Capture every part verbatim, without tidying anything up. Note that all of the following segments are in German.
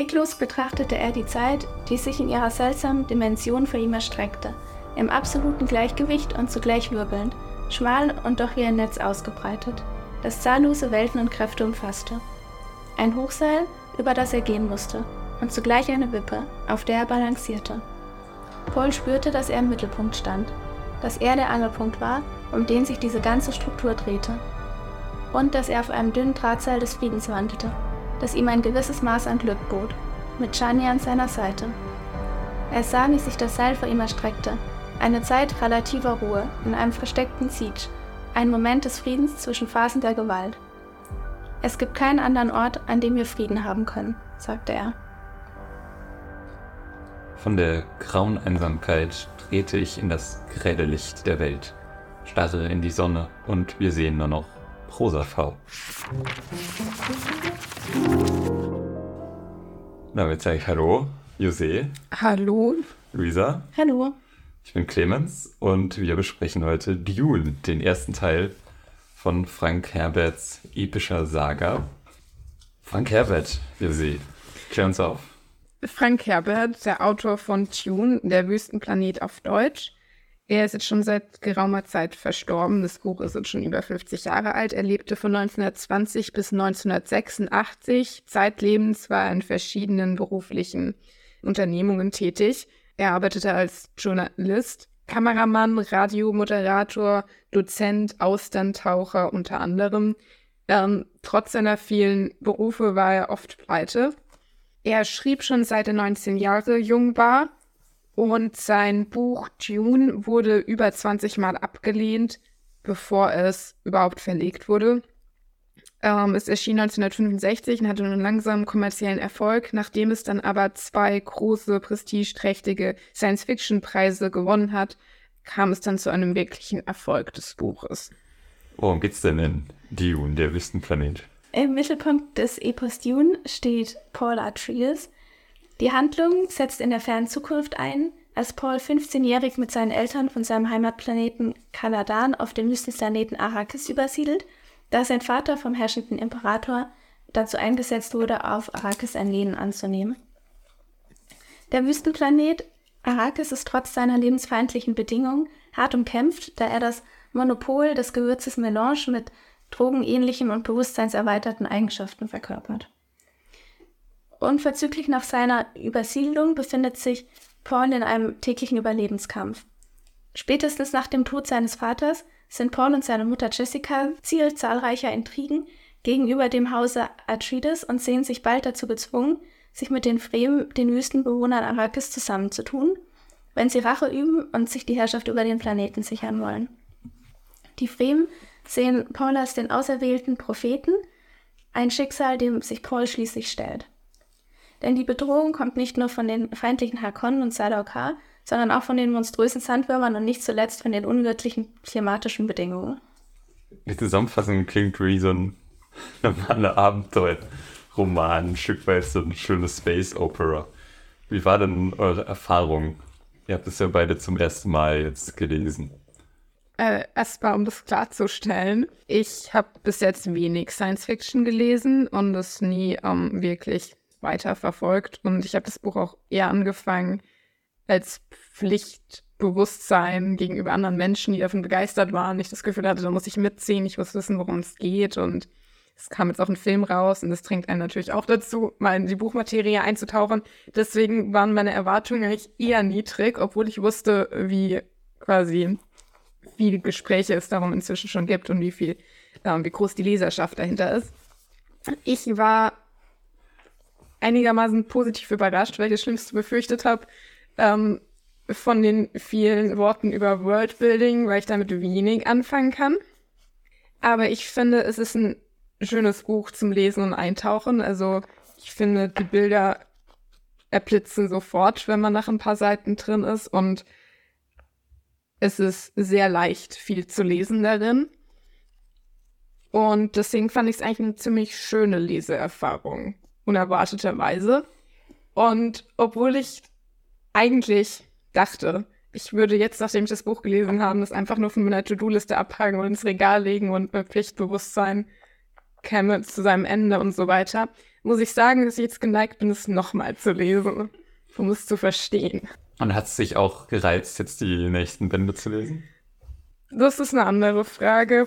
Reglos betrachtete er die Zeit, die sich in ihrer seltsamen Dimension vor ihm erstreckte, im absoluten Gleichgewicht und zugleich wirbelnd, schmal und doch wie ein Netz ausgebreitet, das zahllose Welten und Kräfte umfasste. Ein Hochseil, über das er gehen musste, und zugleich eine Wippe, auf der er balancierte. Paul spürte, dass er im Mittelpunkt stand, dass er der Angelpunkt war, um den sich diese ganze Struktur drehte, und dass er auf einem dünnen Drahtseil des Friedens wandelte, das ihm ein gewisses Maß an Glück bot, mit Chani an seiner Seite. Er sah, wie sich das Seil vor ihm erstreckte, eine Zeit relativer Ruhe in einem versteckten Siege, ein Moment des Friedens zwischen Phasen der Gewalt. Es gibt keinen anderen Ort, an dem wir Frieden haben können, sagte er. Von der grauen Einsamkeit trete ich in das grelle Licht der Welt, starre in die Sonne und wir sehen nur noch Prosa V. Damit sage ich Hallo, José. Hallo. Luisa. Hallo. Ich bin Clemens und wir besprechen heute Dune, den ersten Teil von Frank Herberts epischer Saga. Frank Herbert, José, klär uns auf. Frank Herbert, der Autor von Dune, der Wüstenplanet auf Deutsch. Er ist jetzt schon seit geraumer Zeit verstorben. Das Buch ist jetzt schon über fünfzig Jahre alt. Er lebte von neunzehnhundertzwanzig bis neunzehnhundertsechsundachtzig. Zeitlebens war er in verschiedenen beruflichen Unternehmungen tätig. Er arbeitete als Journalist, Kameramann, Radiomoderator, Dozent, Austerntaucher unter anderem. Ähm, trotz seiner vielen Berufe war er oft pleite. Er schrieb schon seit er neunzehn Jahre jung war und sein Buch Dune wurde über zwanzig Mal abgelehnt, bevor es überhaupt verlegt wurde. Ähm, es erschien neunzehnhundertfünfundsechzig und hatte einen langsamen kommerziellen Erfolg, nachdem es dann aber zwei große, prestigeträchtige Science-Fiction-Preise gewonnen hat, kam es dann zu einem wirklichen Erfolg des Buches. Worum geht's denn in Dune, der Wüstenplanet? Im Mittelpunkt des Epos Dune steht Paul Atreides. Die Handlung setzt in der fernen Zukunft ein, als Paul fünfzehnjährig mit seinen Eltern von seinem Heimatplaneten Caladan auf den Wüstenplaneten Arrakis übersiedelt, da sein Vater vom herrschenden Imperator dazu eingesetzt wurde, auf Arrakis ein Lehen anzunehmen. Der Wüstenplanet Arrakis ist trotz seiner lebensfeindlichen Bedingungen hart umkämpft, da er das Monopol des Gewürzes Melange mit drogenähnlichen und bewusstseinserweiterten Eigenschaften verkörpert. Unverzüglich nach seiner Übersiedlung befindet sich Paul in einem täglichen Überlebenskampf. Spätestens nach dem Tod seines Vaters sind Paul und seine Mutter Jessica Ziel zahlreicher Intrigen gegenüber dem Hause Atreides und sehen sich bald dazu gezwungen, sich mit den Fremen, den Wüstenbewohnern Arrakis, zusammenzutun, wenn sie Rache üben und sich die Herrschaft über den Planeten sichern wollen. Die Fremen sehen Paul als den auserwählten Propheten, ein Schicksal, dem sich Paul schließlich stellt. Denn die Bedrohung kommt nicht nur von den feindlichen Harkonnen und Sardaukar, sondern auch von den monströsen Sandwürmern und nicht zuletzt von den ungöttlichen klimatischen Bedingungen. Die Zusammenfassung klingt wie so ein normaler Abenteuerroman, ein Stück weit so ein schönes Space Opera. Wie war denn eure Erfahrung? Ihr habt es ja beide zum ersten Mal jetzt gelesen. Äh, erstmal, um das klarzustellen, ich habe bis jetzt wenig Science-Fiction gelesen und es nie ähm, wirklich weiterverfolgt. Und ich habe das Buch auch eher angefangen als Pflichtbewusstsein gegenüber anderen Menschen, die davon begeistert waren. Ich das Gefühl hatte, da muss ich mitziehen, ich muss wissen, worum es geht. Und es kam jetzt auch ein Film raus und das drängt einen natürlich auch dazu, mal in die Buchmaterie einzutauchen. Deswegen waren meine Erwartungen eigentlich eher niedrig, obwohl ich wusste, wie quasi viele Gespräche es darum inzwischen schon gibt und wie viel, äh, wie groß die Leserschaft dahinter ist. Ich war einigermaßen positiv überrascht, weil ich das Schlimmste befürchtet habe, ähm, von den vielen Worten über Worldbuilding, weil ich damit wenig anfangen kann. Aber ich finde, es ist ein schönes Buch zum Lesen und Eintauchen. Also ich finde, die Bilder erblitzen sofort, wenn man nach ein paar Seiten drin ist und es ist sehr leicht, viel zu lesen darin. Und deswegen fand ich es eigentlich eine ziemlich schöne Leseerfahrung, unerwarteterweise. Und obwohl ich eigentlich dachte, ich würde jetzt, nachdem ich das Buch gelesen habe, das einfach nur von meiner To-Do-Liste abhaken und ins Regal legen und mit Pflichtbewusstsein käme zu seinem Ende und so weiter, muss ich sagen, dass ich jetzt geneigt bin, es nochmal zu lesen, um es zu verstehen. Und hat es sich auch gereizt, jetzt die nächsten Bände zu lesen? Das ist eine andere Frage.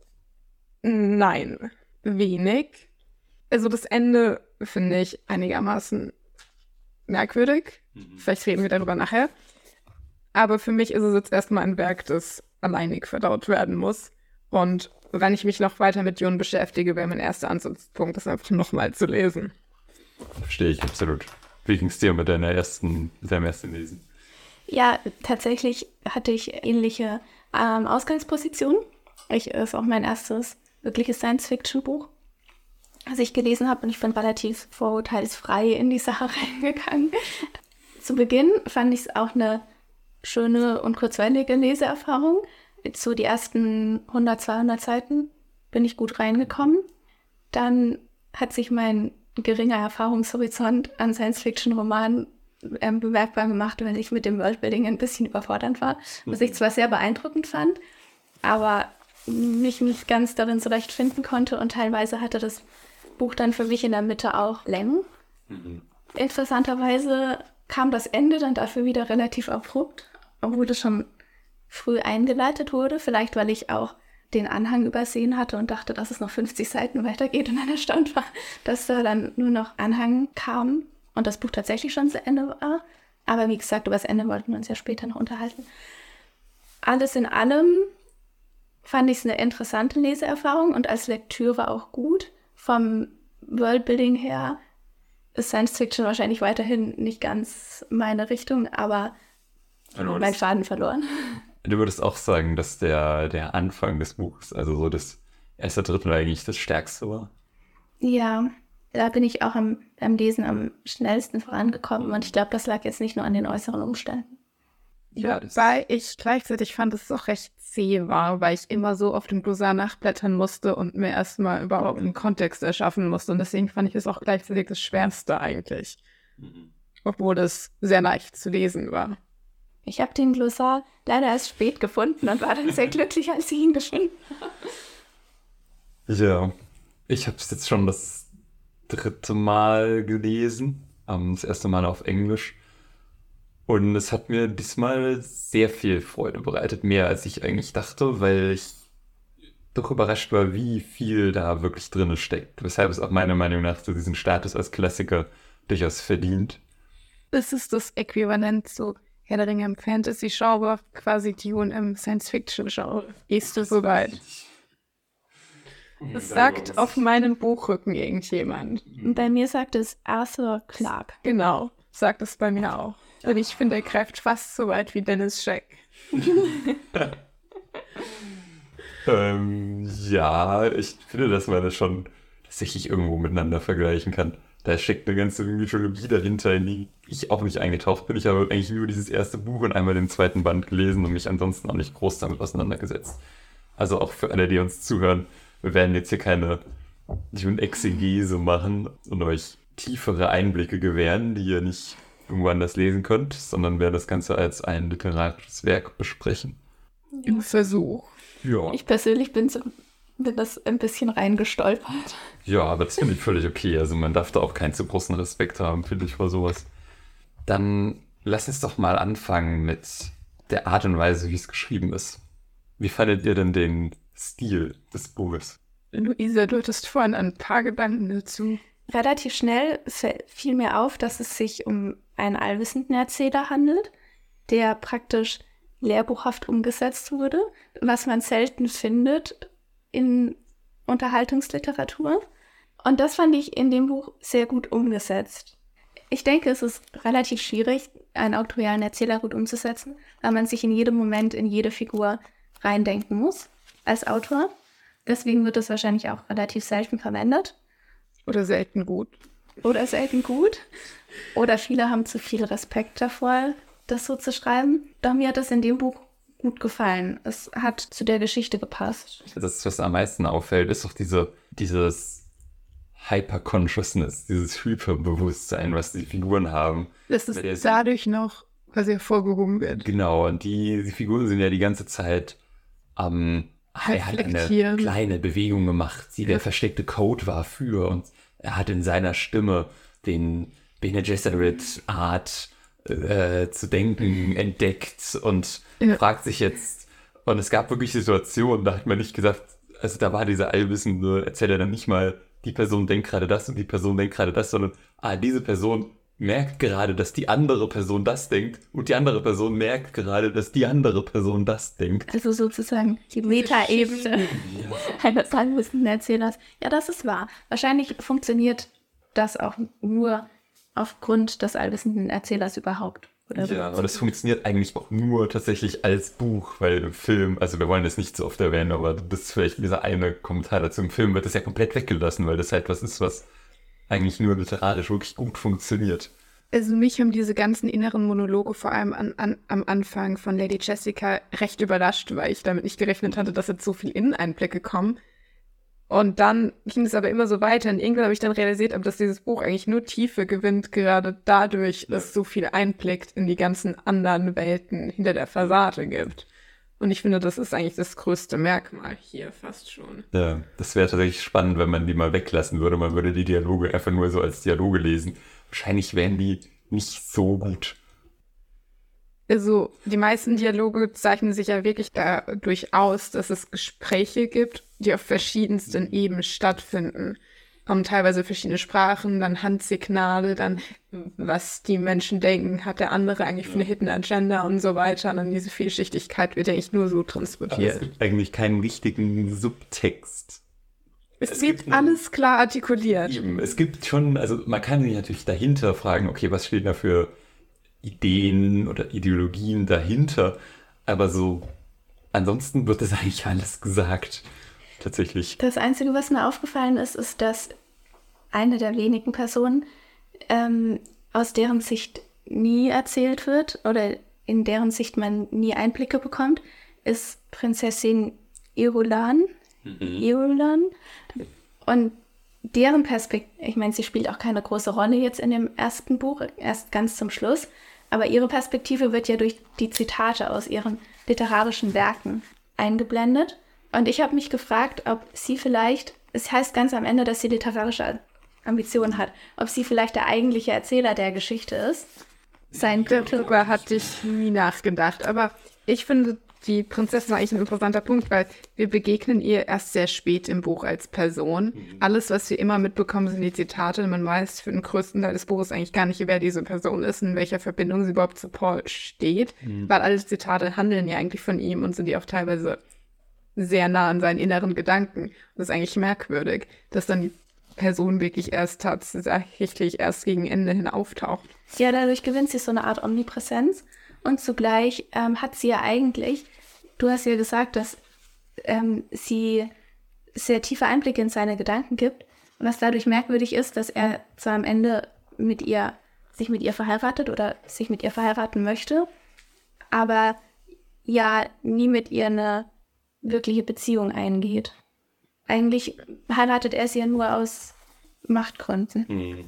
Nein, wenig. Also das Ende finde ich einigermaßen merkwürdig. Mhm. Vielleicht reden wir darüber nachher. Aber für mich ist es jetzt erstmal ein Werk, das alleinig verdaut werden muss. Und wenn ich mich noch weiter mit Dune beschäftige, wäre mein erster Ansatzpunkt, das einfach nochmal zu lesen. Verstehe ich absolut. Wie ging es dir mit deiner ersten, mit deinem ersten Lesen? Ja, tatsächlich hatte ich ähnliche ähm, Ausgangspositionen. Ich ist auch mein erstes wirkliches Science-Fiction-Buch, das ich gelesen habe, und ich bin relativ vorurteilsfrei in die Sache reingegangen. Zu Beginn fand ich es auch eine schöne und kurzweilige Leseerfahrung. Zu die ersten hundert, zweihundert Seiten bin ich gut reingekommen. Dann hat sich mein geringer Erfahrungshorizont an Science-Fiction-Romanen ähm, bemerkbar gemacht, weil ich mit dem Worldbuilding ein bisschen überfordernd war, was ich zwar sehr beeindruckend fand, aber mich nicht ganz darin zurechtfinden konnte, und teilweise hatte das Buch dann für mich in der Mitte auch Längen. Mhm. Interessanterweise kam das Ende dann dafür wieder relativ abrupt, obwohl das schon früh eingeleitet wurde, vielleicht weil ich auch den Anhang übersehen hatte und dachte, dass es noch fünfzig Seiten weitergeht, und dann erstaunt war, dass da dann nur noch Anhang kam und das Buch tatsächlich schon zu Ende war. Aber wie gesagt, über das Ende wollten wir uns ja später noch unterhalten. Alles in allem fand ich es eine interessante Leseerfahrung, und als Lektüre auch gut. Vom Worldbuilding her ist Science Fiction wahrscheinlich weiterhin nicht ganz meine Richtung, aber also mein Faden verloren. Du würdest auch sagen, dass der, der Anfang des Buchs, also so das erste Drittel, eigentlich das Stärkste war? Ja, da bin ich auch am, beim Lesen am schnellsten vorangekommen, und ich glaube, das lag jetzt nicht nur an den äußeren Umständen. Ja, wobei ich gleichzeitig fand, dass es auch recht zäh war, weil ich immer so auf dem Glossar nachblättern musste und mir erstmal überhaupt einen Kontext erschaffen musste. Und deswegen fand ich es auch gleichzeitig das Schwerste eigentlich. Mhm. Obwohl es sehr leicht zu lesen war. Ich habe den Glossar leider erst spät gefunden und war dann sehr glücklich, als ich ihn gefunden habe. Ja, ich habe es jetzt schon das dritte Mal gelesen. Um, das erste Mal auf Englisch. Und es hat mir diesmal sehr viel Freude bereitet, mehr als ich eigentlich dachte, weil ich doch überrascht war, wie viel da wirklich drin steckt. Weshalb es auch meiner Meinung nach so diesen Status als Klassiker durchaus verdient. Das ist das Äquivalent zu Herr der Ringe im Fantasy-Genre, quasi Dune im Science-Fiction-Genre. Gehst du so weit? Das sagt auf meinem Buchrücken irgendjemand. Bei mir sagt es Arthur Clarke. Genau, sagt es bei mir auch. Und ich finde, er greift fast so weit wie Dennis Scheck. ähm, ja, ich finde, dass man das schon tatsächlich irgendwo miteinander vergleichen kann. Da steckt eine ganze Mythologie dahinter, in die ich auch nicht eingetaucht bin. Ich habe eigentlich nur dieses erste Buch und einmal den zweiten Band gelesen und mich ansonsten auch nicht groß damit auseinandergesetzt. Also auch für alle, die uns zuhören, wir werden jetzt hier keine Exegese machen und euch tiefere Einblicke gewähren, die ihr nicht irgendwo anders lesen könnt, sondern werden das Ganze als ein literarisches Werk besprechen. Im Versuch. Ja. Ich persönlich bin, so, bin das ein bisschen reingestolpert. Ja, aber das finde ich völlig okay. Also man darf da auch keinen zu großen Respekt haben, finde ich, vor sowas. Dann lass uns doch mal anfangen mit der Art und Weise, wie es geschrieben ist. Wie fandet ihr denn den Stil des Buches? Luisa, du hattest vorhin ein paar Gedanken dazu. Relativ schnell fiel mir auf, dass es sich um einen allwissenden Erzähler handelt, der praktisch lehrbuchhaft umgesetzt wurde, was man selten findet in Unterhaltungsliteratur. Und das fand ich in dem Buch sehr gut umgesetzt. Ich denke, es ist relativ schwierig, einen autorialen Erzähler gut umzusetzen, weil man sich in jedem Moment in jede Figur reindenken muss als Autor. Deswegen wird es wahrscheinlich auch relativ selten verwendet. Oder selten gut. Oder selten gut. Oder viele haben zu viel Respekt davor, das so zu schreiben. Doch mir hat das in dem Buch gut gefallen. Es hat zu der Geschichte gepasst. Das, was am meisten auffällt, ist doch diese, dieses Hyper-Consciousness, dieses Hyperbewusstsein, was die Figuren haben. Dass es dadurch noch quasi hervorgehoben wird. Genau, und die, die Figuren sind ja die ganze Zeit am... Ähm, er hat eine kleine Bewegung gemacht, die der versteckte Code war für und er hat in seiner Stimme den Bene Gesserit Art äh, zu denken entdeckt und ja. fragt sich jetzt, und es gab wirklich Situationen, da hat man nicht gesagt, also da war dieser allwissende Erzähler dann nicht mal, die Person denkt gerade das und die Person denkt gerade das, sondern ah, diese Person merkt gerade, dass die andere Person das denkt und die andere Person merkt gerade, dass die andere Person das denkt. Also sozusagen die Meta-Ebene ja. eines allwissenden Erzählers. Ja, das ist wahr. Wahrscheinlich funktioniert das auch nur aufgrund des allwissenden Erzählers überhaupt. Oder ja, aber das funktioniert eigentlich auch nur tatsächlich als Buch, weil im Film, also wir wollen das nicht so oft erwähnen, aber das ist vielleicht dieser eine Kommentar dazu, im Film wird das ja komplett weggelassen, weil das halt was ist, was eigentlich nur literarisch wirklich gut funktioniert. Also mich haben diese ganzen inneren Monologe vor allem an, an, am Anfang von Lady Jessica recht überrascht, weil ich damit nicht gerechnet hatte, dass jetzt so viel Inneneinblicke kommen. Und dann ging es aber immer so weiter. Und irgendwann habe ich dann realisiert, dass dieses Buch eigentlich nur Tiefe gewinnt, gerade dadurch, dass es so viel Einblick in die ganzen anderen Welten hinter der Fassade gibt. Und ich finde, das ist eigentlich das größte Merkmal hier fast schon. Ja, das wäre tatsächlich spannend, wenn man die mal weglassen würde. Man würde die Dialoge einfach nur so als Dialoge lesen. Wahrscheinlich wären die nicht so gut. Also die meisten Dialoge zeichnen sich ja wirklich dadurch aus, dass es Gespräche gibt, die auf verschiedensten Ebenen stattfinden. Kommen teilweise verschiedene Sprachen, dann Handsignale, dann was die Menschen denken, hat der andere eigentlich für eine Hidden Agenda und so weiter. Und dann diese Vielschichtigkeit wird eigentlich nur so transportiert. Aber es gibt eigentlich keinen richtigen Subtext. Es, es wird alles klar artikuliert. Eben, es gibt schon, also man kann sich natürlich dahinter fragen, okay, was stehen da für Ideen oder Ideologien dahinter, aber so ansonsten wird das eigentlich alles gesagt, tatsächlich. Das Einzige, was mir aufgefallen ist, ist, dass eine der wenigen Personen, ähm, aus deren Sicht nie erzählt wird oder in deren Sicht man nie Einblicke bekommt, ist Prinzessin Irulan. Mhm. Irulan. Und deren Perspektive, ich meine, sie spielt auch keine große Rolle jetzt in dem ersten Buch, erst ganz zum Schluss, aber ihre Perspektive wird ja durch die Zitate aus ihren literarischen Werken eingeblendet. Und ich habe mich gefragt, ob sie vielleicht, es heißt ganz am Ende, dass sie literarische Ambitionen hat, ob sie vielleicht der eigentliche Erzähler der Geschichte ist. Sein Darüber hatte ich nie nachgedacht, aber ich finde, die Prinzessin ist eigentlich ein interessanter Punkt, weil wir begegnen ihr erst sehr spät im Buch als Person. Mhm. Alles, was wir immer mitbekommen, sind die Zitate. Man weiß für den größten Teil des Buches eigentlich gar nicht, wer diese Person ist, in welcher Verbindung sie überhaupt zu Paul steht. Mhm. Weil alle Zitate handeln ja eigentlich von ihm und sind ja auch teilweise sehr nah an seinen inneren Gedanken. Das ist eigentlich merkwürdig, dass dann die Person wirklich erst tatsächlich erst gegen Ende hin auftaucht. Ja, dadurch gewinnt sie so eine Art Omnipräsenz. Und zugleich ähm, hat sie ja eigentlich, du hast ja gesagt, dass ähm, sie sehr tiefe Einblicke in seine Gedanken gibt. Und was dadurch merkwürdig ist, dass er zwar am Ende mit ihr, sich mit ihr verheiratet oder sich mit ihr verheiraten möchte, aber ja nie mit ihr eine wirkliche Beziehung eingeht. Eigentlich heiratet er sie ja nur aus Machtgründen. Mhm.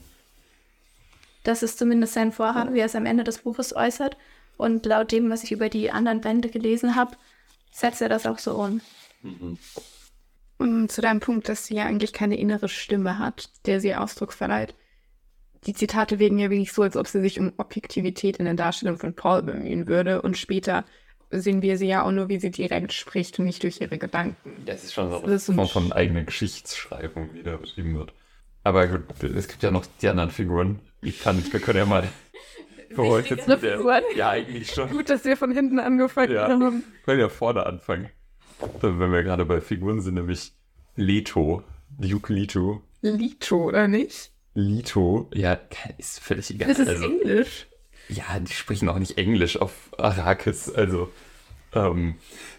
Das ist zumindest sein Vorhaben, wie er es am Ende des Buches äußert. Und laut dem, was ich über die anderen Bände gelesen habe, setzt er das auch so um. Mhm. Und zu deinem Punkt, dass sie ja eigentlich keine innere Stimme hat, der sie Ausdruck verleiht. Die Zitate wirken ja wirklich so, als ob sie sich um Objektivität in der Darstellung von Paul bemühen würde. Und später sehen wir sie ja auch nur, wie sie direkt spricht und nicht durch ihre Gedanken. Das ist schon so eine Form von eigener Geschichtsschreibung, wie da beschrieben wird. Aber gut, es gibt ja noch die anderen Figuren. Ich kann, wir können ja mal... Oh, jetzt der, ja, eigentlich schon. Gut, dass wir von hinten angefangen ja, haben. Wir können ja vorne anfangen. Wenn wir gerade bei Figuren sind, nämlich Leto. Duke Leto. Leto, oder nicht? Leto, ja, ist völlig egal. Das ist also, Englisch. Ja, die sprechen auch nicht Englisch auf Arrakis, also, ähm.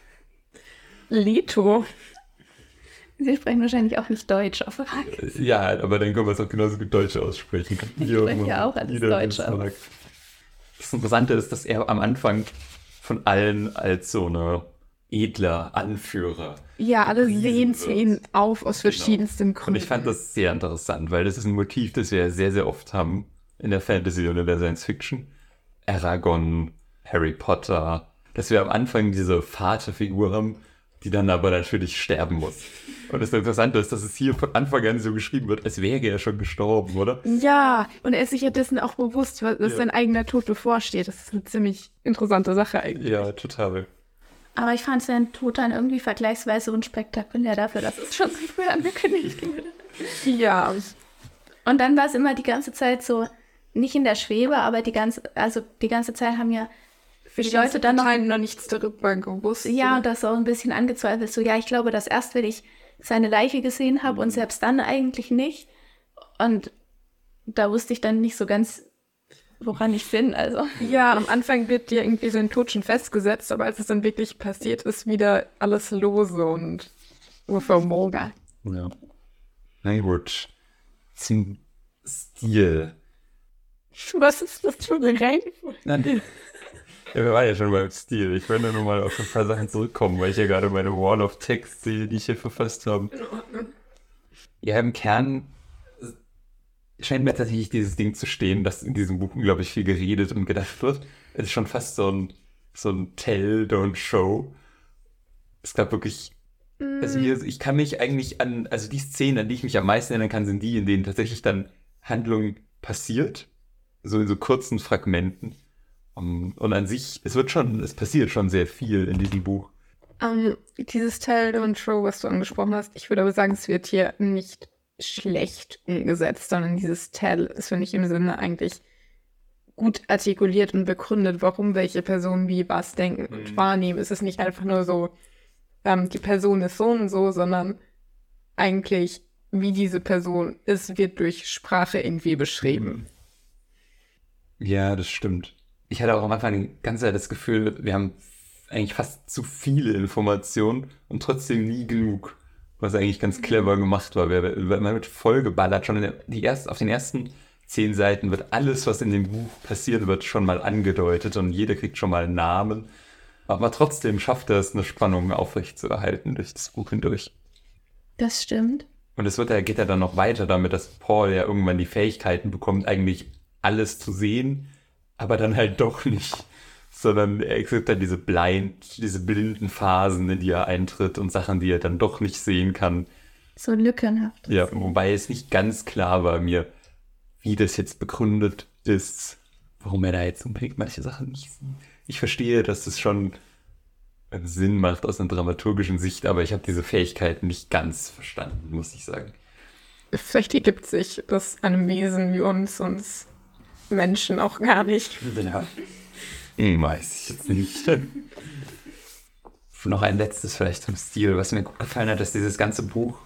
Leto. Sie sprechen wahrscheinlich auch nicht Deutsch auf Arrakis. Ja, aber dann können wir es auch genauso gut Deutsch aussprechen. Ich spreche ja auch alles Deutsch aus. Das Interessante ist, dass er am Anfang von allen als so eine edler Anführer. Ja, alle sehen zu ihm auf aus genau. verschiedensten Gründen. Und ich fand das sehr interessant, weil das ist ein Motiv, das wir sehr, sehr oft haben in der Fantasy und in der Science Fiction. Aragon, Harry Potter, dass wir am Anfang diese Vaterfigur haben, die dann aber natürlich sterben muss. Und das Interessante ist, dass es hier von Anfang an so geschrieben wird, als wäre er schon gestorben, oder? Ja, und er ist sich ja dessen auch bewusst, dass Ja. sein eigener Tod bevorsteht. Das ist eine ziemlich interessante Sache eigentlich. Ja, total. Aber ich fand seinen Tod dann irgendwie vergleichsweise unspektakulär dafür, dass es schon so früh angekündigt wurde. Ja, Und dann war es immer die ganze Zeit so, nicht in der Schwebe, aber die ganze, also die ganze Zeit haben ja für die Leute dann noch, noch nichts darüber gewusst. ja, und das auch ein bisschen angezweifelt, so, ja, ich glaube, dass erst, wenn ich seine Leiche gesehen habe und selbst dann eigentlich nicht. Und da wusste ich dann nicht so ganz, woran ich bin, also. Ja, am Anfang wird ja irgendwie sein Tod schon festgesetzt, aber als es dann wirklich passiert, ist wieder alles lose und nur vermogen. Ja. Na gut. Zum Stil. Was ist das für eine Reihenfolge? Nein. Ja, wir waren ja schon beim Stil. Ich wollte nur mal auf ein paar Sachen zurückkommen, weil ich ja gerade meine Wall of Text sehe, die ich hier verfasst habe. Ja, im Kern scheint mir tatsächlich dieses Ding zu stehen, dass in diesem Buch unglaublich viel geredet und gedacht wird. Es ist schon fast so ein, so ein Tell, don't show. Es gab wirklich, also hier, ich kann mich eigentlich an, also die Szenen, an die ich mich am meisten erinnern kann, sind die, in denen tatsächlich dann Handlung passiert. So in so kurzen Fragmenten. Um, und an sich, es wird schon, es passiert schon sehr viel in diesem Buch. Um, dieses Tell und Show, was du angesprochen hast, ich würde aber sagen, es wird hier nicht schlecht umgesetzt, sondern dieses Tell ist, finde ich, im Sinne eigentlich gut artikuliert und begründet, warum welche Personen wie was denken und Mhm. wahrnehmen. Es ist nicht einfach nur so, ähm, die Person ist so und so, sondern eigentlich, wie diese Person ist, wird durch Sprache irgendwie beschrieben. Ja, das stimmt. Ich hatte auch am Anfang die ganze Zeit das Gefühl, wir haben eigentlich fast zu viele Informationen und trotzdem nie genug, was eigentlich ganz clever gemacht war. Man wird vollgeballert, schon in der, die erst, auf den ersten zehn Seiten wird alles, was in dem Buch passiert, wird schon mal angedeutet und jeder kriegt schon mal einen Namen. Aber trotzdem schafft er es, eine Spannung aufrechtzuerhalten durch das Buch hindurch. Das stimmt. Und es wird, geht ja dann noch weiter damit, dass Paul ja irgendwann die Fähigkeiten bekommt, eigentlich alles zu sehen, aber dann halt doch nicht. Sondern er kriegt dann diese blind, diese blinden Phasen, in die er eintritt und Sachen, die er dann doch nicht sehen kann. So lückenhaft. Ja, wobei es nicht ganz klar war mir, wie das jetzt begründet ist, warum er da jetzt unbedingt manche Sachen nicht sieht. Ich verstehe, dass das schon Sinn macht aus einer dramaturgischen Sicht, aber ich habe diese Fähigkeiten nicht ganz verstanden, muss ich sagen. Vielleicht ergibt sich das einem Wesen wie uns, uns Menschen auch gar nicht. Ja. Hm, weiß ich jetzt nicht. Noch ein letztes vielleicht zum Stil, was mir gut gefallen hat, dass dieses ganze Buch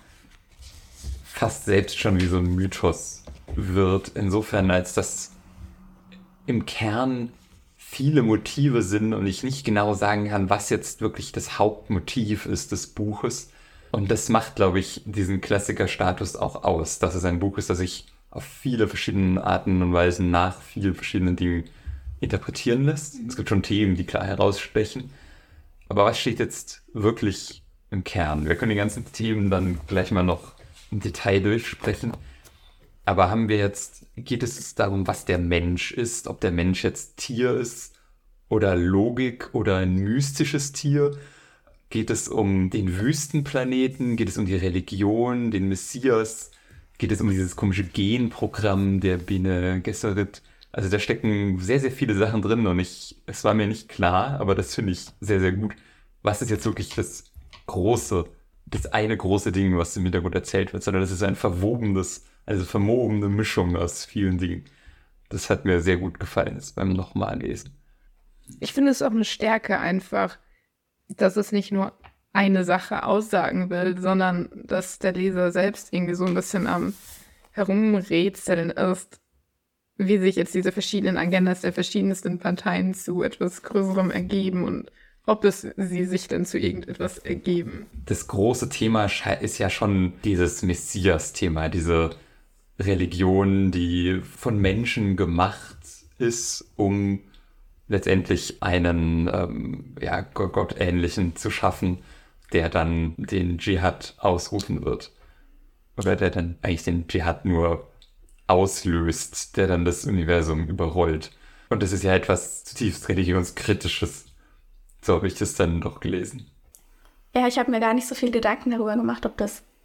fast selbst schon wie so ein Mythos wird, insofern als dass im Kern viele Motive sind und ich nicht genau sagen kann, was jetzt wirklich das Hauptmotiv ist des Buches. Und das macht, glaube ich, diesen Klassikerstatus auch aus, dass es ein Buch ist, das sich auf viele verschiedene Arten und Weisen nach vielen verschiedenen Dingen interpretieren lässt. Es gibt schon Themen, die klar herausstechen. Aber was steht jetzt wirklich im Kern? Wir können die ganzen Themen dann gleich mal noch im Detail durchsprechen. Aber haben wir jetzt, geht es darum, was der Mensch ist? Ob der Mensch jetzt Tier ist oder Logik oder ein mystisches Tier? Geht es um den Wüstenplaneten? Geht es um die Religion, den Messias? Geht es um dieses komische Genprogramm der Bene Gesserit? Also da stecken sehr, sehr viele Sachen drin und ich, es war mir nicht klar, aber das finde ich sehr, sehr gut. Was ist jetzt wirklich das große, das eine große Ding, was im Hintergrund erzählt wird, sondern das ist ein verwobenes, also vermogene Mischung aus vielen Dingen. Das hat mir sehr gut gefallen jetzt beim nochmal lesen. Ich finde es auch eine Stärke einfach, dass es nicht nur eine Sache aussagen will, sondern dass der Leser selbst irgendwie so ein bisschen am Herumrätseln ist, wie sich jetzt diese verschiedenen Agendas der verschiedensten Parteien zu etwas Größerem ergeben und ob es sie sich denn zu irgendetwas ergeben. Das große Thema ist ja schon dieses Messias-Thema, diese Religion, die von Menschen gemacht ist, um letztendlich einen ähm, ja, Gottähnlichen zu schaffen, der dann den Dschihad ausrufen wird. Oder der dann eigentlich den Dschihad nur auslöst, der dann das Universum überrollt. Und das ist ja etwas zutiefst religionskritisches. So habe ich das dann doch gelesen. Ja, ich habe mir gar nicht so viel Gedanken darüber gemacht, ob das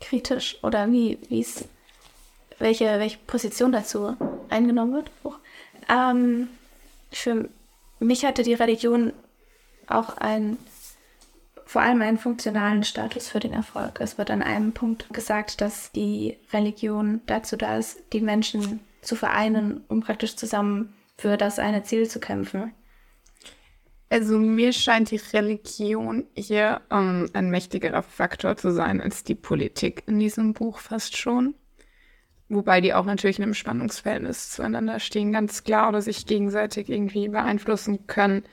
kritisch oder wie es welche, welche Position dazu eingenommen wird. Oh. Ähm, für mich hatte die Religion auch ein, vor allem einen funktionalen Status für den Erfolg. Es wird an einem Punkt gesagt, dass die Religion dazu da ist, die Menschen zu vereinen, um praktisch zusammen für das eine Ziel zu kämpfen. Also mir scheint die Religion hier ähm, ein mächtigerer Faktor zu sein als die Politik in diesem Buch fast schon. Wobei die auch natürlich in einem Spannungsverhältnis zueinander stehen, ganz klar, oder sich gegenseitig irgendwie beeinflussen können.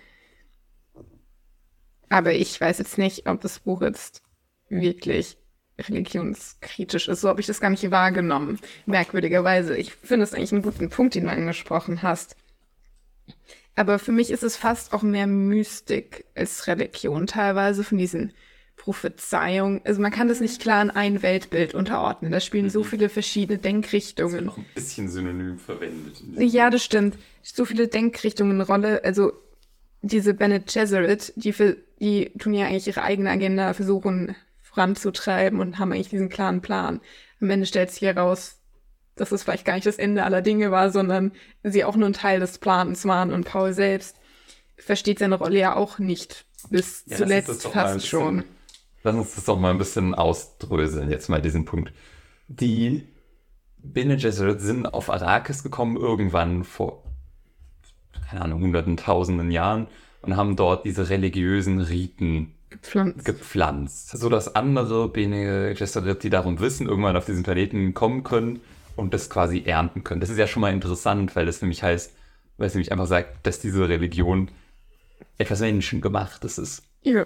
Aber ich weiß jetzt nicht, ob das Buch jetzt wirklich religionskritisch ist. So habe ich das gar nicht wahrgenommen, merkwürdigerweise. Ich finde es eigentlich einen guten Punkt, den du angesprochen hast. Aber für mich ist es fast auch mehr Mystik als Religion teilweise von diesen Prophezeiungen. Also man kann das nicht klar in ein Weltbild unterordnen. Da spielen so viele verschiedene Denkrichtungen. Das wird noch ein bisschen synonym verwendet. Ja, das stimmt. So viele Denkrichtungen eine Rolle. Also diese Bene Gesserit, die, für, die tun ja eigentlich ihre eigene Agenda versuchen voranzutreiben und haben eigentlich diesen klaren Plan. Am Ende stellt sich heraus, dass es vielleicht gar nicht das Ende aller Dinge war, sondern sie auch nur ein Teil des Plans waren. Und Paul selbst versteht seine Rolle ja auch nicht bis ja, zuletzt fast bisschen, schon. Lass uns das doch mal ein bisschen ausdröseln, jetzt mal diesen Punkt. Die Bene Gesserit sind auf Arrakis gekommen irgendwann vor, keine Ahnung, hunderten, tausenden Jahren und haben dort diese religiösen Riten gepflanzt, gepflanzt sodass andere Bene Gesserit, die darum wissen, irgendwann auf diesen Planeten kommen können, und das quasi ernten können. Das ist ja schon mal interessant, weil das nämlich heißt, weil es nämlich einfach sagt, dass diese Religion etwas Menschengemachtes ist. Ja.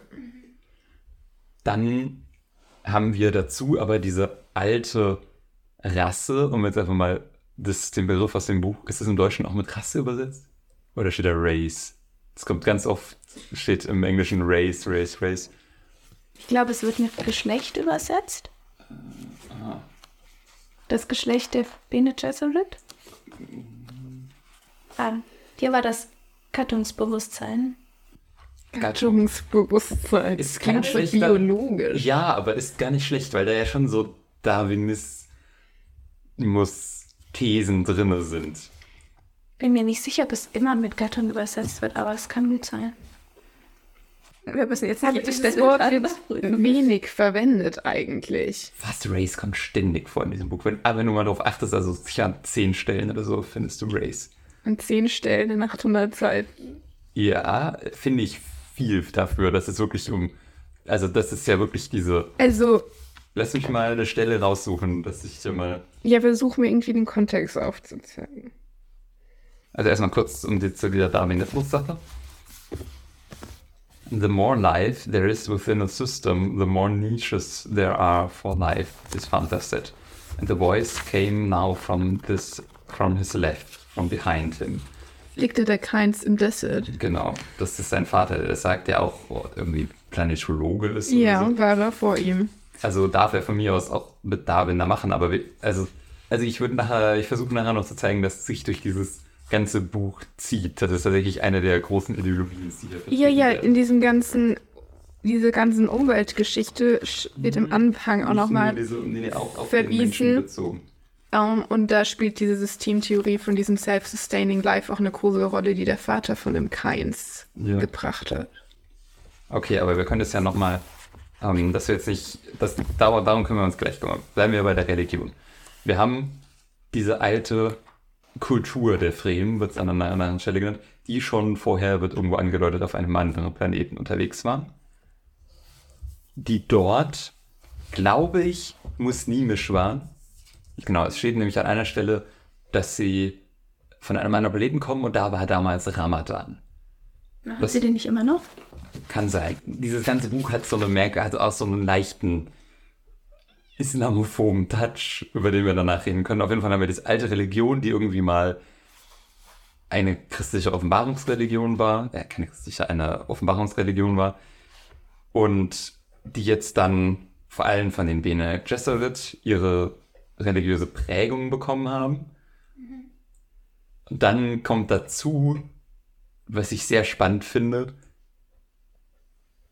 Dann haben wir dazu aber diese alte Rasse, um jetzt einfach mal das, den Begriff aus dem Buch, ist das im Deutschen auch mit Rasse übersetzt? Oder steht da Race? Das kommt ganz oft, steht im Englischen Race, Race, Race. Ich glaube, es wird mit Geschlecht übersetzt. Aha. Das Geschlecht der Bene Gesserit? Ah, hier war das Gattungsbewusstsein. Gattungsbewusstsein. Ist kein schlechter, biologisch. Ja, aber ist gar nicht schlecht, weil da ja schon so Darwinismus-Thesen drin sind. Bin mir nicht sicher, ob es immer mit Gattung übersetzt wird, aber es kann gut sein. Wir müssen jetzt nicht das Wort wenig verwendet eigentlich. Fast Race kommt ständig vor in diesem Buch. Wenn, aber wenn du mal darauf achtest, also sicher an zehn Stellen oder so, findest du Race. An zehn Stellen in achthundert Seiten. Ja, finde ich viel dafür, dass es wirklich um, also das ist ja wirklich diese... Also... Lass mich mal eine Stelle raussuchen, dass ich dir mal... Ja, versuch mir irgendwie den Kontext aufzuzeigen. Also erstmal kurz um die, zu dieser Darwinismus-Sache. The more life there is within a system, the more niches there are for life, his father said. And the voice came now from this, from his left, from behind him. Legte der Keins im Desert. Genau, das ist sein Vater, der sagt ja auch, oh, irgendwie Planetologe ist. Ja, so. War er vor ihm. Also darf er von mir aus auch mit Darwin da machen, aber wir, also, also ich würde nachher, ich versuche nachher noch zu zeigen, dass es sich durch dieses ganze Buch zieht. Das ist tatsächlich eine der großen Ideologien, die hier Ja, ja, werden. In diesem ganzen, diese ganzen Umweltgeschichte wird im Anfang auch nochmal nee, auch verwiesen. Um, und da spielt diese Systemtheorie von diesem Self-Sustaining Life auch eine große Rolle, die der Vater von dem Keins ja. gebracht hat. Okay, aber wir können das ja nochmal, ähm, dass wir jetzt nicht, das, darum können wir uns gleich kümmern. Bleiben wir bei der Religion. Wir haben diese alte Kultur der Fremen, wird es an einer anderen Stelle genannt, die schon vorher, wird irgendwo angedeutet, auf einem anderen Planeten unterwegs waren. Die dort, glaube ich, muslimisch waren. Genau, es steht nämlich an einer Stelle, dass sie von einem anderen Planeten kommen und da war damals Ramadan. Haben sie den nicht immer noch? Kann sein. Dieses ganze Buch hat so eine Merke, also auch so einen leichten islamophoben Touch, über den wir danach reden können. Auf jeden Fall haben wir diese alte Religion, die irgendwie mal eine christliche Offenbarungsreligion war, äh, keine christliche, eine Offenbarungsreligion war und die jetzt dann vor allem von den Bene Gesserit ihre religiöse Prägung bekommen haben. Mhm. Und dann kommt dazu, was ich sehr spannend finde,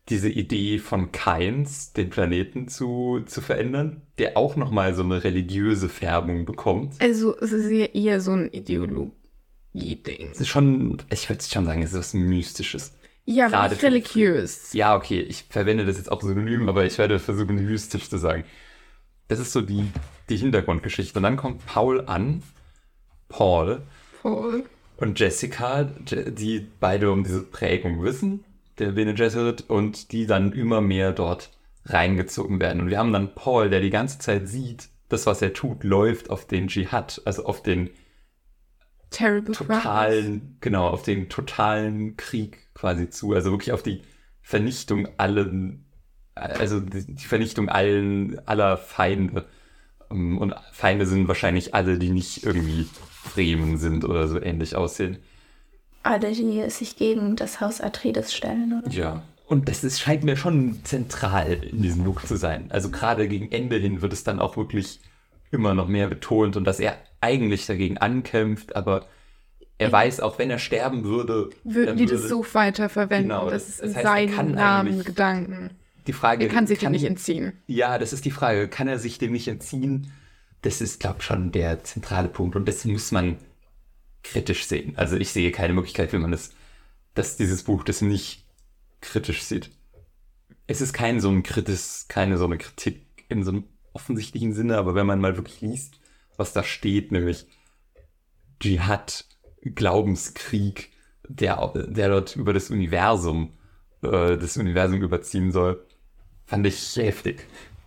diese Idee von Kynes, den Planeten zu, zu verändern, der auch nochmal so eine religiöse Färbung bekommt. Also es ist ja eher so ein Ideologie-Ding. Es ist schon, ich würde schon sagen, es ist was Mystisches. Ja, aber Gerade nicht für- religiös. Ja, okay, ich verwende das jetzt auch synonym, aber ich werde versuchen, mystisch zu sagen. Das ist so die, die Hintergrundgeschichte. Und dann kommt Paul an, Paul Voll. und Jessica, Je- die beide um diese Prägung wissen, der Bene Gesserit, und die dann immer mehr dort reingezogen werden. Und wir haben dann Paul, der die ganze Zeit sieht, das, was er tut, läuft auf den Dschihad, also auf den Terrible Purpose. totalen, genau, auf den totalen Krieg quasi zu, also wirklich auf die Vernichtung allen, also die die Vernichtung allen, aller Feinde. Ähm, Und Feinde sind wahrscheinlich alle, die nicht irgendwie Fremen sind oder so ähnlich aussehen. Alle, die sich gegen das Haus Atreides stellen, oder? Ja. Und das ist, scheint mir schon zentral in diesem Look zu sein. Also gerade gegen Ende hin wird es dann auch wirklich immer noch mehr betont und dass er eigentlich dagegen ankämpft, aber er weiß, auch wenn er sterben würde, Würden dann die würde- das so weiterverwenden? Genau, das das- ist das in heißt, er kann seinen Namen eigentlich- Gedanken. die Frage, Er kann sich dem nicht entziehen. Ja, das ist die Frage. Kann er sich dem nicht entziehen? Das ist, glaube ich, schon der zentrale Punkt. Und das muss man kritisch sehen. Also ich sehe keine Möglichkeit, wie man das, dass dieses Buch das nicht kritisch sieht. Es ist kein so ein Kritis, keine so eine Kritik in so einem offensichtlichen Sinne, aber wenn man mal wirklich liest, was da steht, nämlich Dschihad, Glaubenskrieg, der, der dort über das Universum, äh, das Universum überziehen soll, fand ich heftig.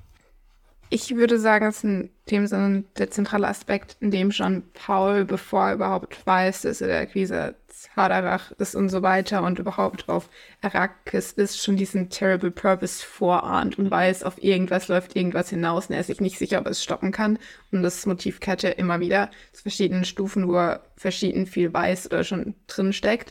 Ich würde sagen, es ist in dem Sinne der zentrale Aspekt, in dem schon Paul, bevor er überhaupt weiß, dass er der Akquise Haderach ist und so weiter und überhaupt auf Arrakis ist, schon diesen Terrible Purpose vorahnt und weiß, auf irgendwas läuft irgendwas hinaus und er ist sich nicht sicher, ob er es stoppen kann. Und das Motiv kehrt ja immer wieder zu verschiedenen Stufen, wo er verschieden viel weiß oder schon drin steckt.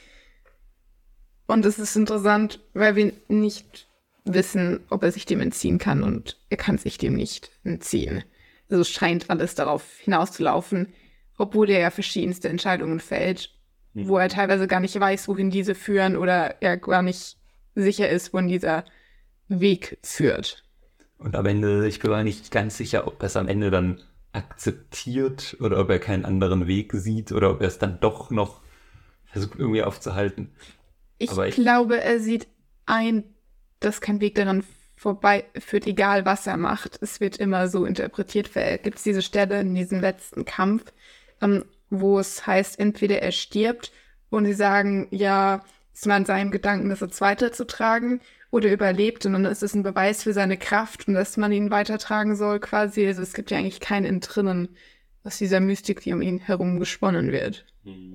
Und es ist interessant, weil wir nicht wissen, ob er sich dem entziehen kann und er kann sich dem nicht entziehen. Also es scheint alles darauf hinauszulaufen, obwohl er ja verschiedenste Entscheidungen fällt, mhm. wo er teilweise gar nicht weiß, wohin diese führen oder er gar nicht sicher ist, wohin dieser Weg führt. Und am Ende, ich bin mir nicht ganz sicher, ob er es am Ende dann akzeptiert oder ob er keinen anderen Weg sieht oder ob er es dann doch noch versucht irgendwie aufzuhalten. Ich, Aber ich glaube, er sieht ein, dass kein Weg daran vorbei führt, egal was er macht. Es wird immer so interpretiert, weil gibt es diese Stelle in diesem letzten Kampf, ähm, wo es heißt, entweder er stirbt und sie sagen, ja, es war in seinem Gedanken, das jetzt weiterzutragen, oder überlebt und dann ist es ein Beweis für seine Kraft und dass man ihn weitertragen soll quasi. Also es gibt ja eigentlich kein Entrinnen aus dieser Mystik, die um ihn herum gesponnen wird.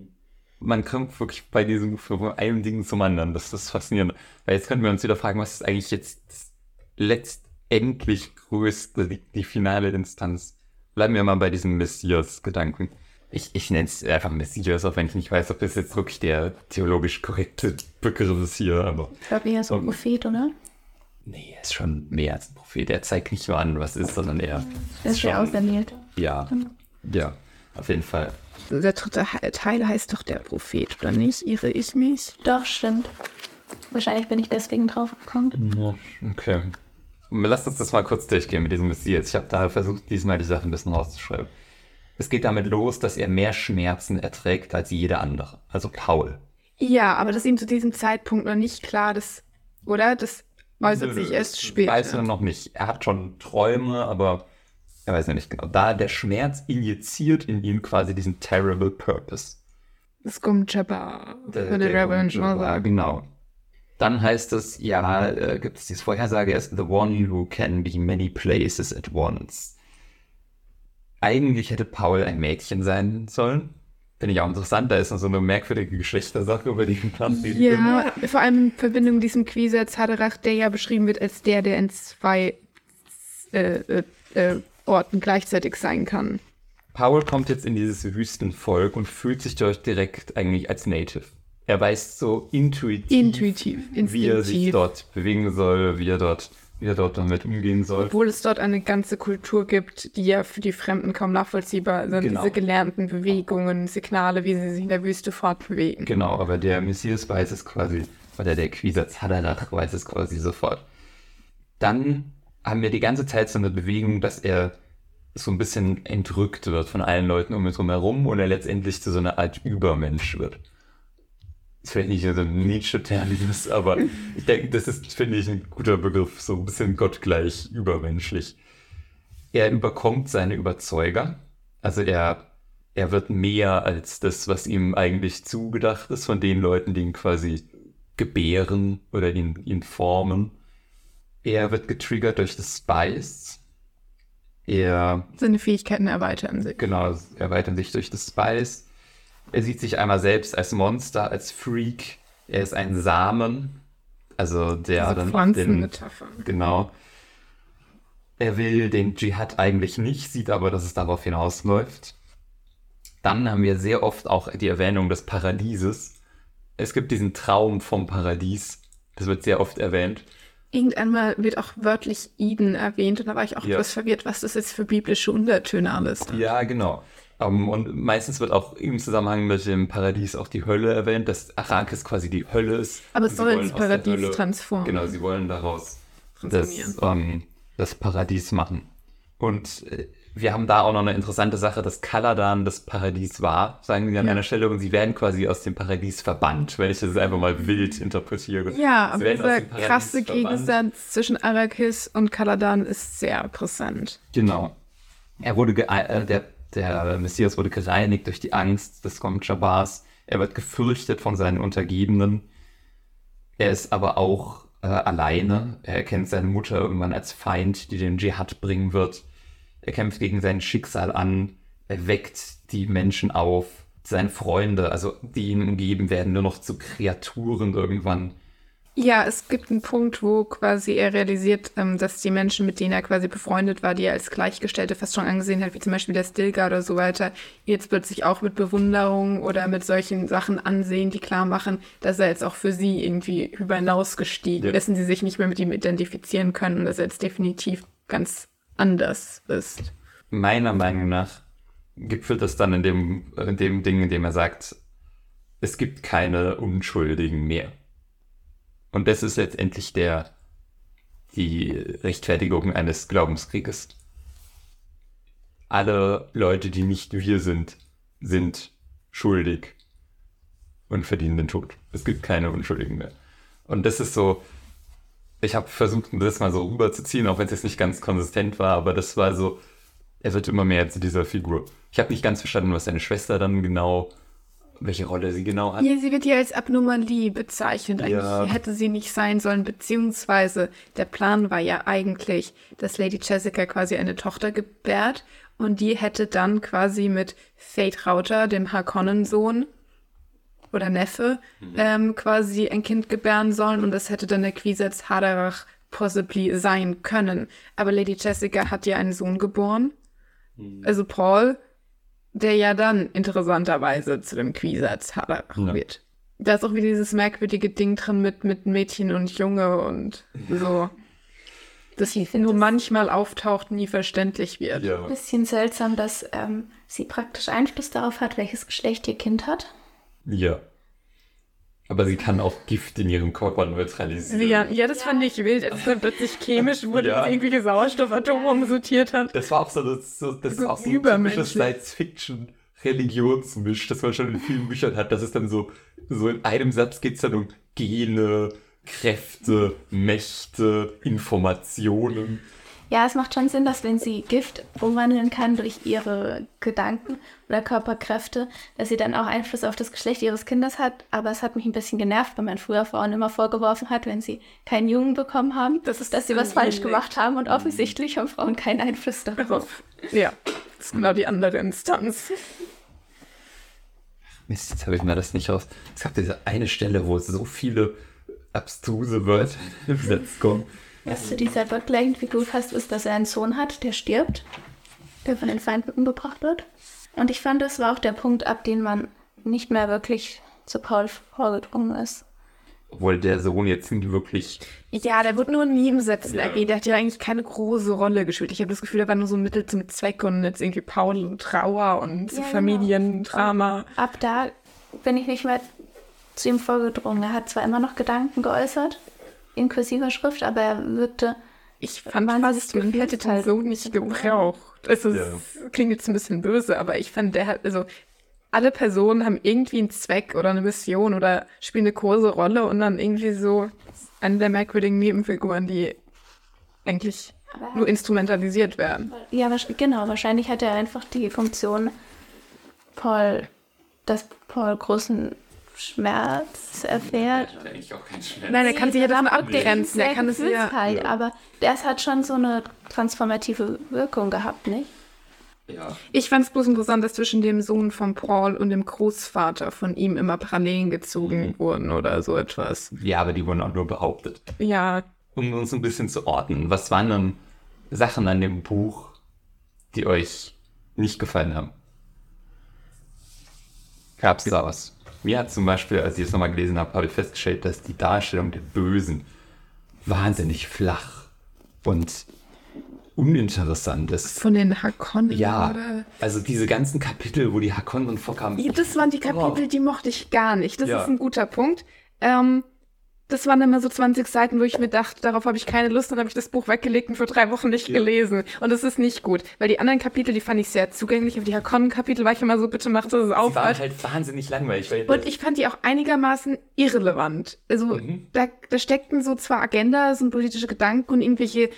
Man kommt wirklich bei diesem von einem Ding zum anderen. Das ist faszinierend. Weil jetzt könnten wir uns wieder fragen, was ist eigentlich jetzt das letztendlich größte, die, die finale Instanz? Bleiben wir mal bei diesem Messias-Gedanken. Ich, ich nenne es einfach Messias, auch wenn ich nicht weiß, ob das jetzt wirklich der theologisch korrekte Begriff ist hier. Aber Ich glaube, er ist ein Um, Prophet, oder? nee, er ist schon mehr als ein Prophet. Er zeigt nicht nur an, was ist, sondern er Er ist ja auserwählt. Ja, ja, auf jeden Fall. Der dritte Teil heißt doch der Prophet, oder nicht? Irre ich mich? Doch, stimmt. Wahrscheinlich bin ich deswegen drauf gekommen. Okay. Lasst uns das mal kurz durchgehen mit diesem Messias. Ich habe da versucht, diesmal die Sache ein bisschen rauszuschreiben. Es geht damit los, dass er mehr Schmerzen erträgt als jeder andere. Also Paul. Ja, aber das ist ihm zu diesem Zeitpunkt noch nicht klar, dass, oder? Das äußert sich erst später. Weiß er noch nicht. Er hat schon Träume, aber er weiß noch nicht genau. Da der Schmerz injiziert in ihn quasi diesen Terrible Purpose. Das kommt Jabba. Würde Reverend schon sagen. Genau. Dann heißt es, ja, äh, gibt es diese Vorhersage, er ist the one who can be many places at once. Eigentlich hätte Paul ein Mädchen sein sollen. Finde ich auch interessant, da ist noch so eine merkwürdige Geschlechtersache, über die wir gerade reden können. Ja, vor allem in Verbindung mit diesem Quisatz Haderach, der ja beschrieben wird als der, der in zwei äh, äh, äh, Orten gleichzeitig sein kann. Paul kommt jetzt in dieses Wüstenvolk und fühlt sich dort direkt eigentlich als Native. Er weiß so intuitiv, Intuitiv, wie er sich instinktiv. dort bewegen soll, wie er dort, wie er dort damit umgehen soll. Obwohl es dort eine ganze Kultur gibt, die ja für die Fremden kaum nachvollziehbar sind. Genau. Diese gelernten Bewegungen, Signale, wie sie sich in der Wüste fortbewegen. Genau, aber der Messias weiß es quasi Oder der Kwisatz Haderach weiß es quasi sofort. Dann haben wir die ganze Zeit so eine Bewegung, dass er so ein bisschen entrückt wird von allen Leuten um ihn drum herum und er letztendlich zu so einer Art Übermensch wird. Das finde ich nicht so ein Nietzsche-Terminus, aber ich denke, das ist, finde ich, ein guter Begriff, so ein bisschen gottgleich, übermenschlich. Er überkommt seine Überzeuger, also er, er wird mehr als das, was ihm eigentlich zugedacht ist, von den Leuten, die ihn quasi gebären oder ihn, ihn formen. Er wird getriggert durch das Spice. Er, Seine Fähigkeiten erweitern sich. Genau, erweitern sich durch das Spice. Er sieht sich einmal selbst als Monster, als Freak. Er ist ein Samen, also der Also dann Pflanzenmetapher. Genau. Er will den Dschihad eigentlich nicht, sieht aber, dass es darauf hinausläuft. Dann haben wir sehr oft auch die Erwähnung des Paradieses. Es gibt diesen Traum vom Paradies. Das wird sehr oft erwähnt. Irgendeinmal wird auch wörtlich Eden erwähnt und da war ich auch Ja. etwas verwirrt, was das jetzt für biblische Untertöne alles. Ja, genau. Um, und meistens wird auch im Zusammenhang mit dem Paradies auch die Hölle erwähnt, dass Arrakis quasi die Hölle ist. Aber es Sie soll wollen ins aus der Paradies Hölle- transformen. Genau, sie wollen daraus das, Transformieren. ähm, das Paradies machen. Und äh, wir haben da auch noch eine interessante Sache, dass Caladan das Paradies war, sagen sie an Ja. einer Stelle, und sie werden quasi aus dem Paradies verbannt, wenn ich das einfach mal wild interpretiere. Ja, Sie aber werden aus dieser dem Paradies krasse verbannt. Gegensatz zwischen Arrakis und Caladan ist sehr präsent. Genau. Er wurde ge äh, der, der Messias wurde gereinigt durch die Angst des Jabars. Er wird gefürchtet von seinen Untergebenen. Er ist aber auch äh, alleine. Er erkennt seine Mutter irgendwann als Feind, die den Dschihad bringen wird. Er kämpft gegen sein Schicksal an. Er weckt die Menschen auf. Seine Freunde, also die ihn umgeben, werden nur noch zu Kreaturen irgendwann. Ja, es gibt einen Punkt, wo quasi er realisiert, ähm, dass die Menschen, mit denen er quasi befreundet war, die er als Gleichgestellte fast schon angesehen hat, wie zum Beispiel der Stilgar oder so weiter, jetzt plötzlich auch mit Bewunderung oder mit solchen Sachen ansehen, die klar machen, dass er jetzt auch für sie irgendwie über hinausgestiegen Ja. ist und sie sich nicht mehr mit ihm identifizieren können und dass er jetzt definitiv ganz anders ist. Meiner Meinung nach gipfelt es dann in dem, in dem Ding, in dem er sagt, es gibt keine Unschuldigen mehr. Und das ist letztendlich der, die Rechtfertigung eines Glaubenskrieges. Alle Leute, die nicht wir sind, sind schuldig und verdienen den Tod. Es gibt keine Unschuldigen mehr. Und das ist so, ich habe versucht, das mal so rüberzuziehen, auch wenn es jetzt nicht ganz konsistent war, aber das war so, er wird immer mehr zu dieser Figur. Ich habe nicht ganz verstanden, was seine Schwester dann genau, welche Rolle sie genau hat. Ja, sie wird hier als Abnormalie bezeichnet. Eigentlich Ja. hätte sie nicht sein sollen, beziehungsweise der Plan war ja eigentlich, dass Lady Jessica quasi eine Tochter gebärt und die hätte dann quasi mit Fate Rauter, dem Harkonnen-Sohn oder Neffe, Mhm. ähm, quasi ein Kind gebären sollen und das hätte dann der Kwisatz Haderach possibly sein können. Aber Lady Jessica hat ja einen Sohn geboren, Mhm. also Paul, der ja dann interessanterweise zu dem Kwisatz Haderach Ja. wird. Da ist auch wieder dieses merkwürdige Ding drin mit, mit Mädchen und Junge und so. Das nur manchmal auftaucht, nie verständlich wird. Ja. Bisschen seltsam, dass ähm, sie praktisch Einfluss darauf hat, welches Geschlecht ihr Kind hat. Ja. Aber sie kann auch Gift in ihrem Körper neutralisieren. Ja, ja, das fand ich wild, als dann plötzlich chemisch wurde, Ja. dass irgendwelche Sauerstoffatome umsortiert hat. Das war auch so, das, so, das ist So auch so ein übermenschlich. typisches Science-Fiction-Religionsmisch, das man schon in vielen Büchern hat. Das ist dann so, so in einem Satz geht es dann um Gene, Kräfte, Mächte, Informationen. Ja, es macht schon Sinn, dass wenn sie Gift umwandeln kann durch ihre Gedanken oder Körperkräfte, dass sie dann auch Einfluss auf das Geschlecht ihres Kindes hat. Aber es hat mich ein bisschen genervt, weil man früher Frauen immer vorgeworfen hat, wenn sie keinen Jungen bekommen haben, Das ist dass sie was falsch ähnlich. gemacht haben. Und offensichtlich haben Frauen keinen Einfluss darauf. Ja, das ist genau die andere Instanz. Mist, jetzt habe ich mir das nicht raus. Es gab diese eine Stelle, wo so viele abstruse Wörter im Satz kommen. Was zu dieser Butler irgendwie gut passt, ist, dass er einen Sohn hat, der stirbt, der von den Feinden umgebracht wird. Und ich fand, das war auch der Punkt, ab dem man nicht mehr wirklich zu Paul vorgedrungen ist. Obwohl der Sohn jetzt nicht wirklich... Ja, der wird nur in Nebensätzen Ja. erwähnt. Der hat ja eigentlich keine große Rolle gespielt. Ich habe das Gefühl, der war nur so ein Mittel zum Zweck und jetzt irgendwie Paul und Trauer und Ja, genau. Familiendrama. Ab da bin ich nicht mehr zu ihm vorgedrungen. Er hat zwar immer noch Gedanken geäußert, in kursiver Schrift, aber er wirkte... Ich fand fast, man hätte den so nicht gebraucht. Also, Ja. es klingt jetzt ein bisschen böse, aber ich fand, der hat, also, alle Personen haben irgendwie einen Zweck oder eine Mission oder spielen eine große Rolle und dann irgendwie so eine der merkwürdigen Nebenfiguren, die eigentlich Aber- nur instrumentalisiert werden. Ja, wahrsch- genau. Wahrscheinlich hat er einfach die Funktion, Paul, dass Paul großen Schmerz erfährt. Hat eigentlich auch keinen Schmerz. Nein, er kann sich ja davon Der ist abgrenzen. sehr Er kann es ja. gefühlskalt, aber das hat schon so eine transformative Wirkung gehabt, nicht? Ja. Ich fand es bloß interessant, dass zwischen dem Sohn von Paul und dem Großvater von ihm immer Parallelen gezogen wurden oder so etwas. ja, aber die wurden auch nur behauptet. Ja, Um uns ein bisschen zu ordnen, was waren denn Sachen an dem Buch, die euch nicht gefallen haben? Gab's da was? Mir hat zum Beispiel, als ich es nochmal gelesen habe, habe ich festgestellt, dass die Darstellung der Bösen wahnsinnig flach und uninteressant ist. von den Hakonnen. Ja, Oder? also diese ganzen Kapitel, wo die Hakonnen vorkamen. Ja, das waren die Kapitel, die mochte ich gar nicht. Das Ja. ist ein guter Punkt. Ähm, das waren immer so zwanzig Seiten, wo ich mir dachte, darauf habe ich keine Lust, dann habe ich das Buch weggelegt und für drei Wochen nicht Ja. gelesen. Und das ist nicht gut, weil die anderen Kapitel, die fand ich sehr zugänglich, aber die Hakonnen-Kapitel war ich immer so, bitte macht, dass es Die waren aufhört. halt wahnsinnig langweilig. Weil Und ich fand die auch einigermaßen irrelevant. Also Mhm. da, da steckten so zwar Agendas und politische Gedanken und irgendwelche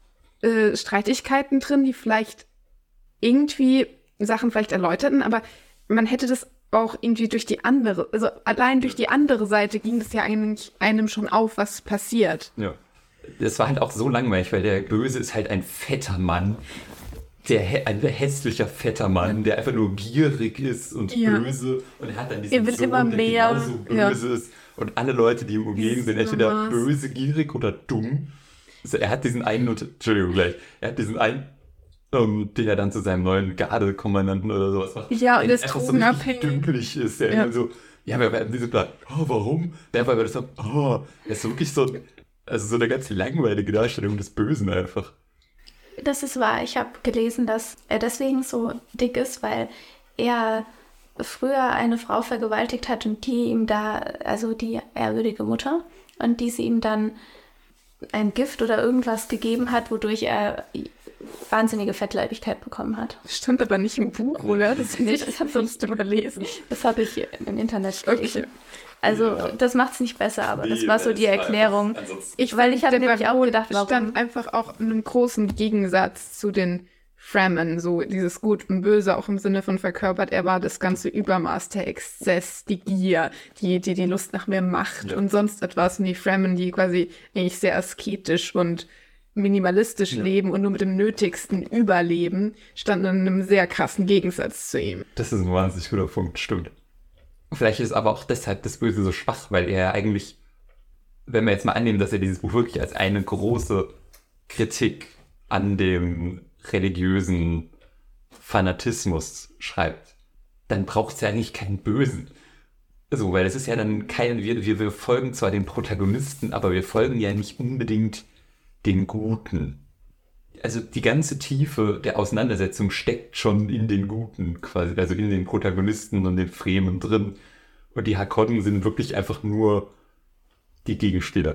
äh, Streitigkeiten drin, die vielleicht irgendwie Sachen vielleicht erläuterten, aber man hätte das auch irgendwie durch die andere, also allein durch die andere Seite ging das ja eigentlich einem schon auf, was passiert. Ja. Das war halt auch so langweilig, weil der Böse ist halt ein fetter Mann. Der, hä- ein hässlicher fetter Mann, der einfach nur gierig ist und Ja. böse. Und er hat dann Er diesen will Sohn, immer der mehr, genauso ja. böse ist. Und alle Leute, die ihm umgeben, sind entweder Sowas. böse, gierig oder dumm. Also er hat diesen einen, und- Entschuldigung gleich, er hat diesen einen, ähm, den er dann zu seinem neuen Gardekommandanten oder sowas macht. Ja, und der der ist einfach so richtig drogenabhängig. dümpelig ist. Der Ja. immer so, ja, wir werden diese Plan, oh, warum? Der war das so, oh, er ist wirklich so, ein- also so eine ganz langweilige Darstellung des Bösen einfach. Das ist wahr. Ich habe gelesen, dass er deswegen so dick ist, weil er früher eine Frau vergewaltigt hat und die ihm da, also die ehrwürdige Mutter, und die sie ihm dann ein Gift oder irgendwas gegeben hat, wodurch er wahnsinnige Fettleibigkeit bekommen hat. Das stand aber nicht im Buch, oder? Das Nee, nicht, das das hab hab sonst überlesen. Das habe ich im Internet gelesen. Okay. Also Ja. das macht es nicht besser, aber das Nee, war so das die war Erklärung. einfach- ansonsten- Ich, weil ich habe Der nämlich auch Baron gedacht, warum... stand einfach auch in einem großen Gegensatz zu den Fremen, so dieses Gut und Böse auch im Sinne von verkörpert. Er war das ganze Übermaß, der Exzess, die Gier, die, die, die Lust nach mehr Macht Ja. und sonst etwas. Und die Fremen, die quasi eigentlich sehr asketisch und minimalistisch Ja. leben und nur mit dem Nötigsten überleben, standen in einem sehr krassen Gegensatz zu ihm. Das ist ein wahnsinnig guter Punkt, stimmt. Vielleicht ist aber auch deshalb das Böse so schwach, weil er eigentlich, wenn wir jetzt mal annehmen, dass er dieses Buch wirklich als eine große Kritik an dem religiösen Fanatismus schreibt, dann braucht es ja eigentlich keinen Bösen. So, weil es ist ja dann kein, wir, wir, wir folgen zwar den Protagonisten, aber wir folgen ja nicht unbedingt den Guten. Also die ganze Tiefe der Auseinandersetzung steckt schon in den Guten quasi, also in den Protagonisten und den Fremen drin. Und die Hakonnen sind wirklich einfach nur die Gegenspieler.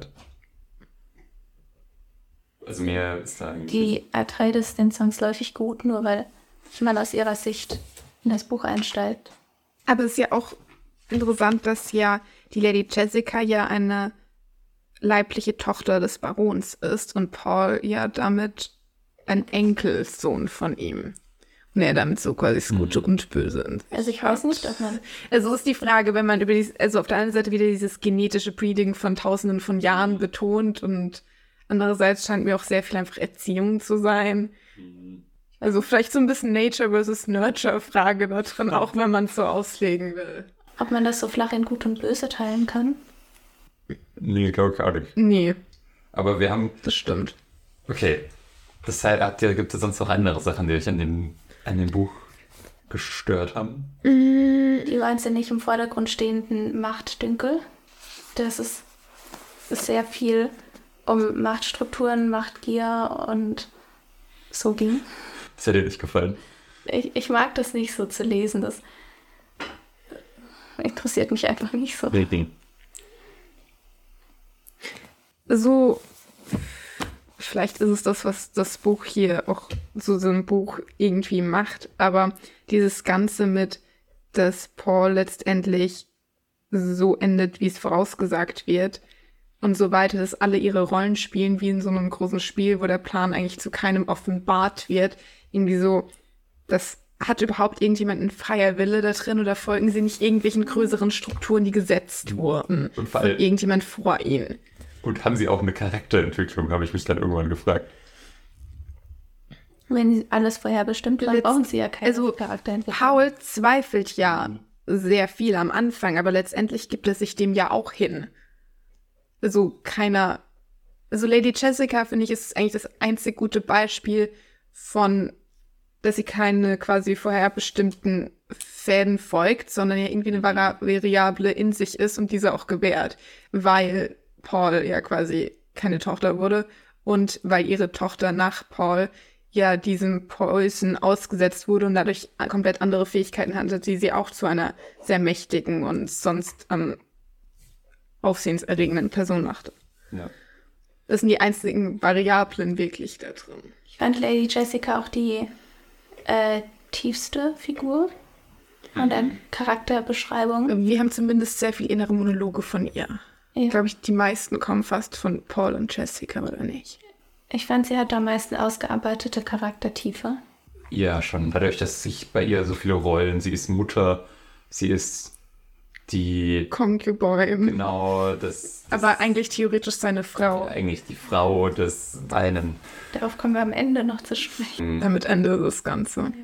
Also mehr ist da eigentlich nicht. Die Atreides sind zwangsläufig gut, nur weil man aus ihrer Sicht in das Buch einsteigt. Aber es ist ja auch interessant, dass ja die Lady Jessica ja eine leibliche Tochter des Barons ist und Paul ja damit ein Enkelsohn von ihm. Und er damit so quasi das Gute und Böse in sich Also ich weiß nicht, ob man... Also ist die Frage, wenn man über die, also auf der einen Seite wieder dieses genetische Breeding von Tausenden von Jahren betont und andererseits scheint mir auch sehr viel einfach Erziehung zu sein. Also vielleicht so ein bisschen Nature versus Nurture Frage da drin, auch wenn man es so auslegen will. Ob man das so flach in Gut und Böse teilen kann? Nee, glaube ich auch nicht. Nee, Aber wir haben, das stimmt. okay, das heißt, habt ihr, gibt es sonst noch andere Sachen, die euch an dem, an dem Buch gestört haben? Die wahnsinnig im Vordergrund stehenden Machtdünkel. Das ist, ist sehr viel um Machtstrukturen, Machtgier und so ging. Das hat dir nicht gefallen? Ich, ich mag das nicht so zu lesen. Das, interessiert mich einfach nicht so. Richtig. So, vielleicht ist es das, was das Buch hier auch so, so ein Buch irgendwie macht, aber dieses Ganze mit, dass Paul letztendlich so endet, wie es vorausgesagt wird und so weiter, dass alle ihre Rollen spielen, wie in so einem großen Spiel, wo der Plan eigentlich zu keinem offenbart wird, irgendwie so, das hat überhaupt irgendjemand einen freier Wille da drin oder folgen sie nicht irgendwelchen größeren Strukturen, die gesetzt wurden Und von weil, irgendjemand vor ihnen? und haben sie auch eine Charakterentwicklung, habe ich mich dann irgendwann gefragt. Wenn sie alles vorherbestimmt, dann Letzt- brauchen sie ja keine also, Charakterentwicklung. Paul zweifelt ja sehr viel am Anfang, aber letztendlich gibt es sich dem ja auch hin. Also keiner, also Lady Jessica, finde ich, ist eigentlich das einzig gute Beispiel von, dass sie keine quasi vorherbestimmten Fäden folgt, sondern ja irgendwie eine Vari- Variable in sich ist und diese auch gewährt, weil Paul ja quasi keine Tochter wurde und weil ihre Tochter nach Paul ja diesem Poison ausgesetzt wurde und dadurch komplett andere Fähigkeiten hatte, die sie auch zu einer sehr mächtigen und sonst ähm, aufsehenserregenden Person machte. Ja. Das sind die einzigen Variablen wirklich da drin. Ich fand Lady Jessica auch die äh, tiefste Figur von der Charakterbeschreibung. Wir haben zumindest sehr viel innere Monologe von ihr. Ja. Ich glaube, die meisten kommen fast von Paul und Jessica, oder nicht? Ich fand, sie hat am meisten ausgearbeitete Charaktertiefe. Ja, schon. Dadurch, dass sich bei ihr so viele Rollen, sie ist Mutter, sie ist die, Concubine. genau, das, das Aber eigentlich theoretisch seine Frau. eigentlich die Frau des einen. Darauf kommen wir am Ende noch zu sprechen. Damit endet das Ganze.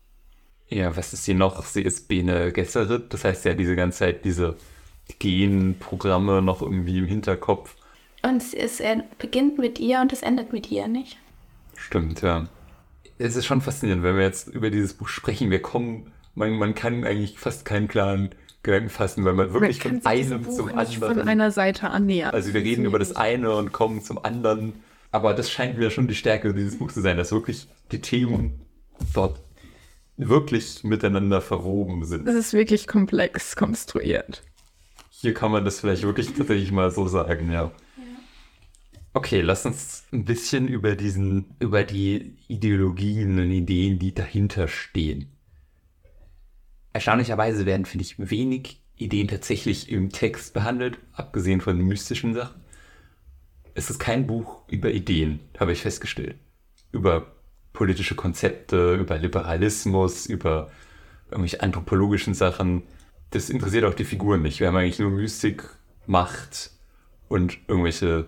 Ja, was ist sie noch? Sie ist Bene Gesserit, das heißt ja diese ganze Zeit diese Genprogramme noch irgendwie im Hinterkopf. Und es, ist, er beginnt mit ihr und es endet mit ihr, nicht? Stimmt, ja. Es ist schon faszinierend, wenn wir jetzt über dieses Buch sprechen. Wir kommen, man, man kann eigentlich fast keinen klaren Gedanken fassen, weil man wirklich Man von kann sich diesem einem Buch zum nicht anderen. von einer Seite annähern. Also wir reden über das eine und kommen zum anderen. Aber das scheint mir schon die Stärke dieses Buchs zu sein, dass wirklich die Themen dort wirklich miteinander verwoben sind. Das ist wirklich komplex konstruiert. Hier kann man das vielleicht wirklich tatsächlich mal so sagen, ja. Okay, lass uns ein bisschen über diesen, über die Ideologien und Ideen, die dahinter stehen. Erstaunlicherweise werden, finde ich, wenig Ideen tatsächlich im Text behandelt, abgesehen von mystischen Sachen. Es ist kein Buch über Ideen, habe ich festgestellt. Über politische Konzepte, über Liberalismus, über irgendwelche anthropologischen Sachen. Das interessiert auch die Figuren nicht. Wir haben eigentlich nur Mystik, Macht und irgendwelche...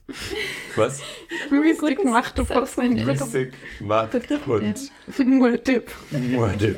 Was? Mystik macht du fast ein Mystik, Macht und Muad'Dib. Muad'Dib.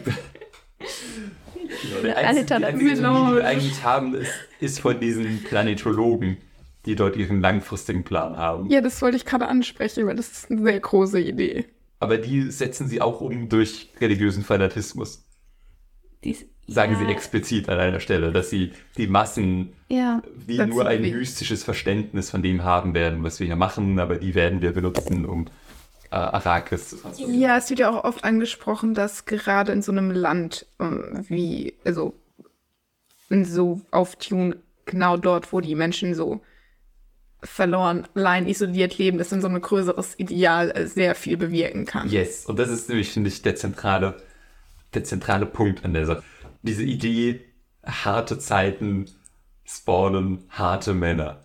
Die Alle einzige, die Talente. einzige, die wir eigentlich haben, ist, ist von diesen Planetologen, die dort ihren langfristigen Plan haben. Ja, das wollte ich gerade ansprechen, weil das ist eine sehr große Idee. Aber die setzen sie auch um durch religiösen Fanatismus. Dies, Sagen ja, sie explizit an einer Stelle, dass sie die Massen Ja, wie Das nur sind ein wir. mystisches Verständnis von dem haben werden, was wir hier machen, aber die werden wir benutzen, um äh, Arrakis zu transformieren. Ja, es wird ja auch oft angesprochen, dass gerade in so einem Land ähm, wie, also in so auf Tune, genau dort, wo die Menschen so verloren, allein isoliert leben, dass dann so ein größeres Ideal äh, sehr viel bewirken kann. Yes, und das ist nämlich, finde ich, der zentrale, der zentrale Punkt an der Sache. Diese Idee, harte Zeiten spawnen harte Männer.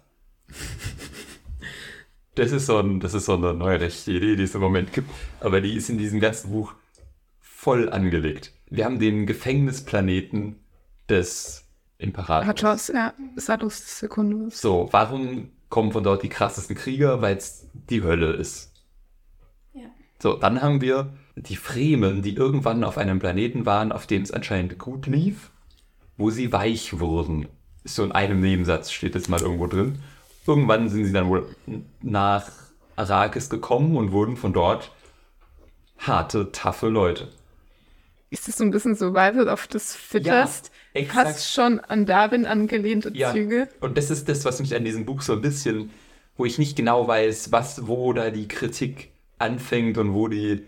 Das ist so, ein, das ist so eine neue rechte Idee, die es im Moment gibt, aber die ist in diesem ganzen Buch voll angelegt. Wir haben den Gefängnisplaneten des Imperators. Hathors, ja, Satus Secundus. So, warum kommen von dort die krassesten Krieger? Weil es die Hölle ist. Ja. So, dann haben wir die Fremen, die irgendwann auf einem Planeten waren, auf dem es anscheinend gut lief, wo sie weich wurden. Ist so in einem Nebensatz, steht jetzt mal irgendwo drin. Irgendwann sind sie dann wohl nach Arrakis gekommen und wurden von dort harte, taffe Leute. Ist das so ein bisschen Survival of the Fittest? Ja, exakt. Fast schon an Darwin angelehnte Ja, Züge. und das ist das, was mich an diesem Buch so ein bisschen, wo ich nicht genau weiß, was, wo da die Kritik anfängt und wo die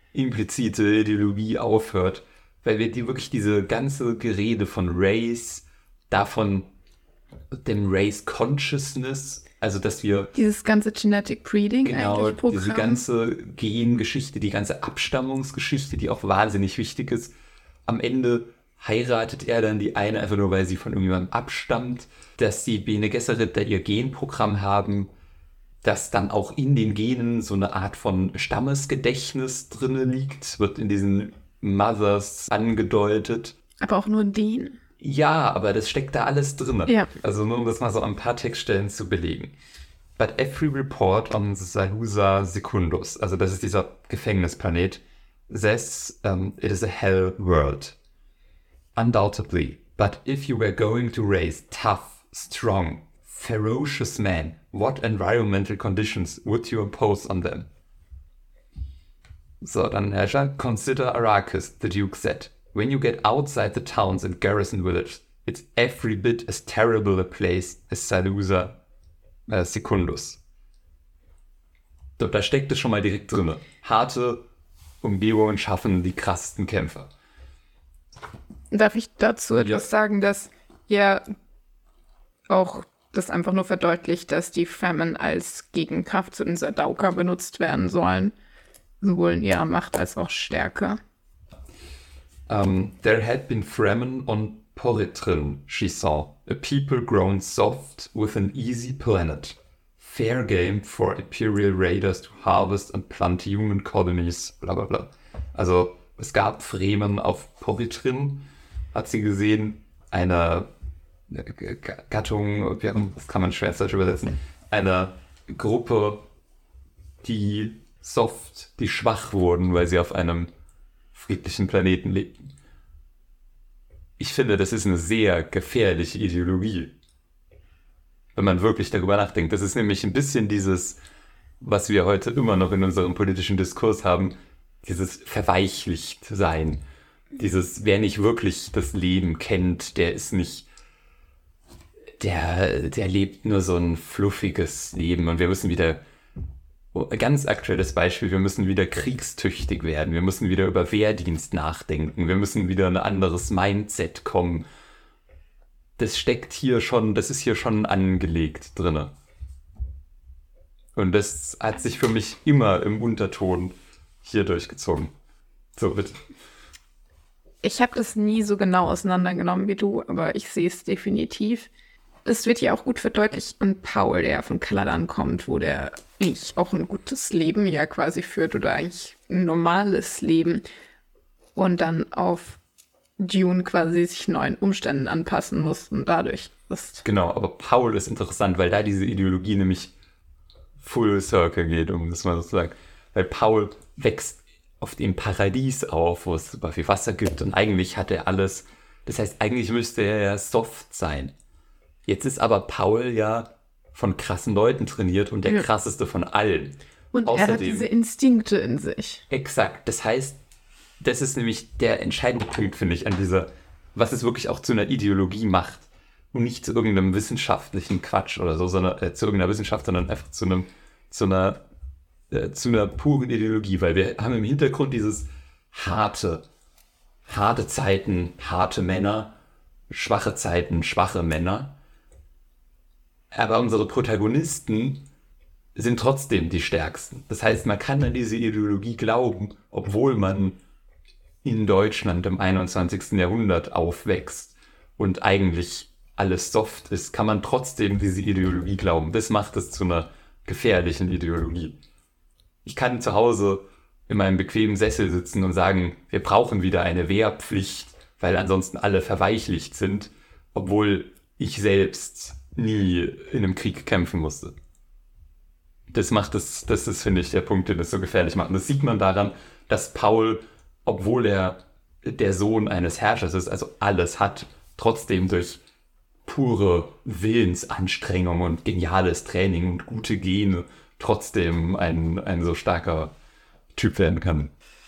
implizite Ideologie aufhört. Weil wir die wirklich diese ganze Gerede von Race davon, dem Race Consciousness, also dass wir dieses ganze Genetic Breeding genau eigentlich Programm. Diese ganze Gengeschichte, die ganze Abstammungsgeschichte, die auch wahnsinnig wichtig ist. Am Ende heiratet er dann die eine einfach nur, weil sie von irgendjemandem abstammt, dass die Bene Gesserit da ihr Genprogramm haben, dass dann auch in den Genen so eine Art von Stammesgedächtnis drin liegt, wird in diesen Mothers angedeutet. Aber auch nur den? Ja, aber das steckt da alles drin. Ja. Also nur um das mal so an ein paar Textstellen zu belegen. But every report on Salusa Secundus, also das ist dieser Gefängnisplanet, says um, it is a hell world. Undoubtedly. But if you were going to raise tough, strong, ferocious men, what environmental conditions would you impose on them? So, dann Herrscher, consider Arrakis, the Duke said. When you get outside the towns and garrison village, it's every bit as terrible a place as Salusa äh, Secundus. So, da steckt es schon mal direkt drin. Harte Umgebungen schaffen die krassesten Kämpfer. Darf ich dazu etwas ja. sagen, dass ja auch das einfach nur verdeutlicht, dass die Fremen als Gegenkraft zu den Sardaukar benutzt werden sollen, sowohl in ihrer Macht als auch Stärke. Um, there had been Fremen on Poritrin, she saw, a people grown soft with an easy planet. Fair game for imperial raiders to harvest and plant human colonies, bla bla bla. Also es gab Fremen auf Poritrin, hat sie gesehen, eine Gattung, das kann man schwer übersetzen, eine Gruppe, die soft, die schwach wurden, weil sie auf einem friedlichen Planeten lebten. Ich finde, das ist eine sehr gefährliche Ideologie, wenn man wirklich darüber nachdenkt. Das ist nämlich ein bisschen dieses, was wir heute immer noch in unserem politischen Diskurs haben, dieses Verweichlichtsein. Dieses, wer nicht wirklich das Leben kennt, der ist nicht, der, der lebt nur so ein fluffiges Leben. Und wir müssen wieder, ganz aktuelles Beispiel, wir müssen wieder kriegstüchtig werden. Wir müssen wieder über Wehrdienst nachdenken. Wir müssen wieder ein anderes Mindset kommen. Das steckt hier schon, das ist hier schon angelegt drinne. Und das hat sich für mich immer im Unterton hier durchgezogen. So, bitte. Ich habe das nie so genau auseinandergenommen wie du, aber ich sehe es definitiv. Es wird ja auch gut verdeutlicht an Paul, der von Caladan kommt, wo der eigentlich auch ein gutes Leben ja quasi führt oder eigentlich ein normales Leben und dann auf Dune quasi sich neuen Umständen anpassen muss und dadurch ist. Genau, aber Paul ist interessant, weil da diese Ideologie nämlich full circle geht, um das mal so zu sagen. Weil Paul wächst auf dem Paradies auf, wo es super viel Wasser gibt und eigentlich hat er alles, das heißt, eigentlich müsste er ja soft sein. Jetzt ist aber Paul ja von krassen Leuten trainiert und der ja. krasseste von allen. Und Außerdem, er hat diese Instinkte in sich. Exakt, das heißt, das ist nämlich der entscheidende Punkt, finde ich, an dieser, was es wirklich auch zu einer Ideologie macht. Und nicht zu irgendeinem wissenschaftlichen Quatsch oder so, sondern äh, zu irgendeiner Wissenschaft, sondern einfach zu einem, zu einer, äh, zu einer puren Ideologie, weil wir haben im Hintergrund dieses harte, harte Zeiten, harte Männer, schwache Zeiten, schwache Männer. Aber unsere Protagonisten sind trotzdem die Stärksten. Das heißt, man kann an diese Ideologie glauben, obwohl man in Deutschland im einundzwanzigsten Jahrhundert aufwächst und eigentlich alles soft ist, kann man trotzdem diese Ideologie glauben. Das macht es zu einer gefährlichen Ideologie. Ich kann zu Hause in meinem bequemen Sessel sitzen und sagen, wir brauchen wieder eine Wehrpflicht, weil ansonsten alle verweichlicht sind, obwohl ich selbst nie in einem Krieg kämpfen musste. Das macht es, das ist, finde ich, der Punkt, den das so gefährlich macht. Und das sieht man daran, dass Paul, obwohl er der Sohn eines Herrschers ist, also alles hat, trotzdem durch pure Willensanstrengung und geniales Training und gute Gene trotzdem ein, ein so starker Typ werden kann.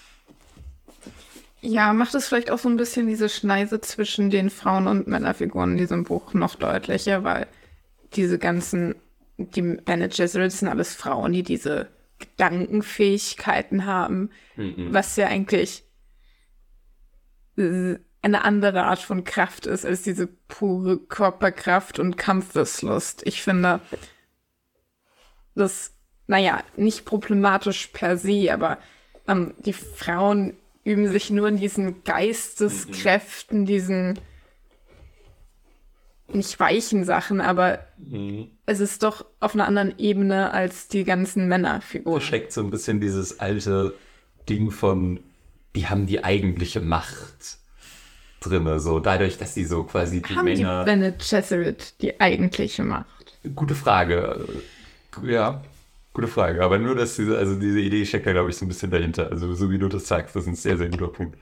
Ja, macht es vielleicht auch so ein bisschen diese Schneise zwischen den Frauen- und Männerfiguren in diesem Buch noch deutlicher, weil diese ganzen, die Bene Gesserit sind alles Frauen, die diese Gedankenfähigkeiten haben, mhm. was ja eigentlich eine andere Art von Kraft ist, als diese pure Körperkraft und Kampfeslust. Ich finde das, naja, nicht problematisch per se, aber ähm, die Frauen üben sich nur in diesen Geisteskräften, diesen nicht weichen Sachen, aber mhm. es ist doch auf einer anderen Ebene als die ganzen Männerfiguren. Steckt so ein bisschen dieses alte Ding von, die haben die eigentliche Macht drinne, so dadurch, dass sie so quasi die haben Männer... Haben die Bene Gesserit die eigentliche Macht? Gute Frage. Ja, gute Frage. Aber nur, dass diese, also diese Idee steckt da, glaube ich, so ein bisschen dahinter. Also so wie du das sagst, das ist ein sehr, sehr guter Punkt.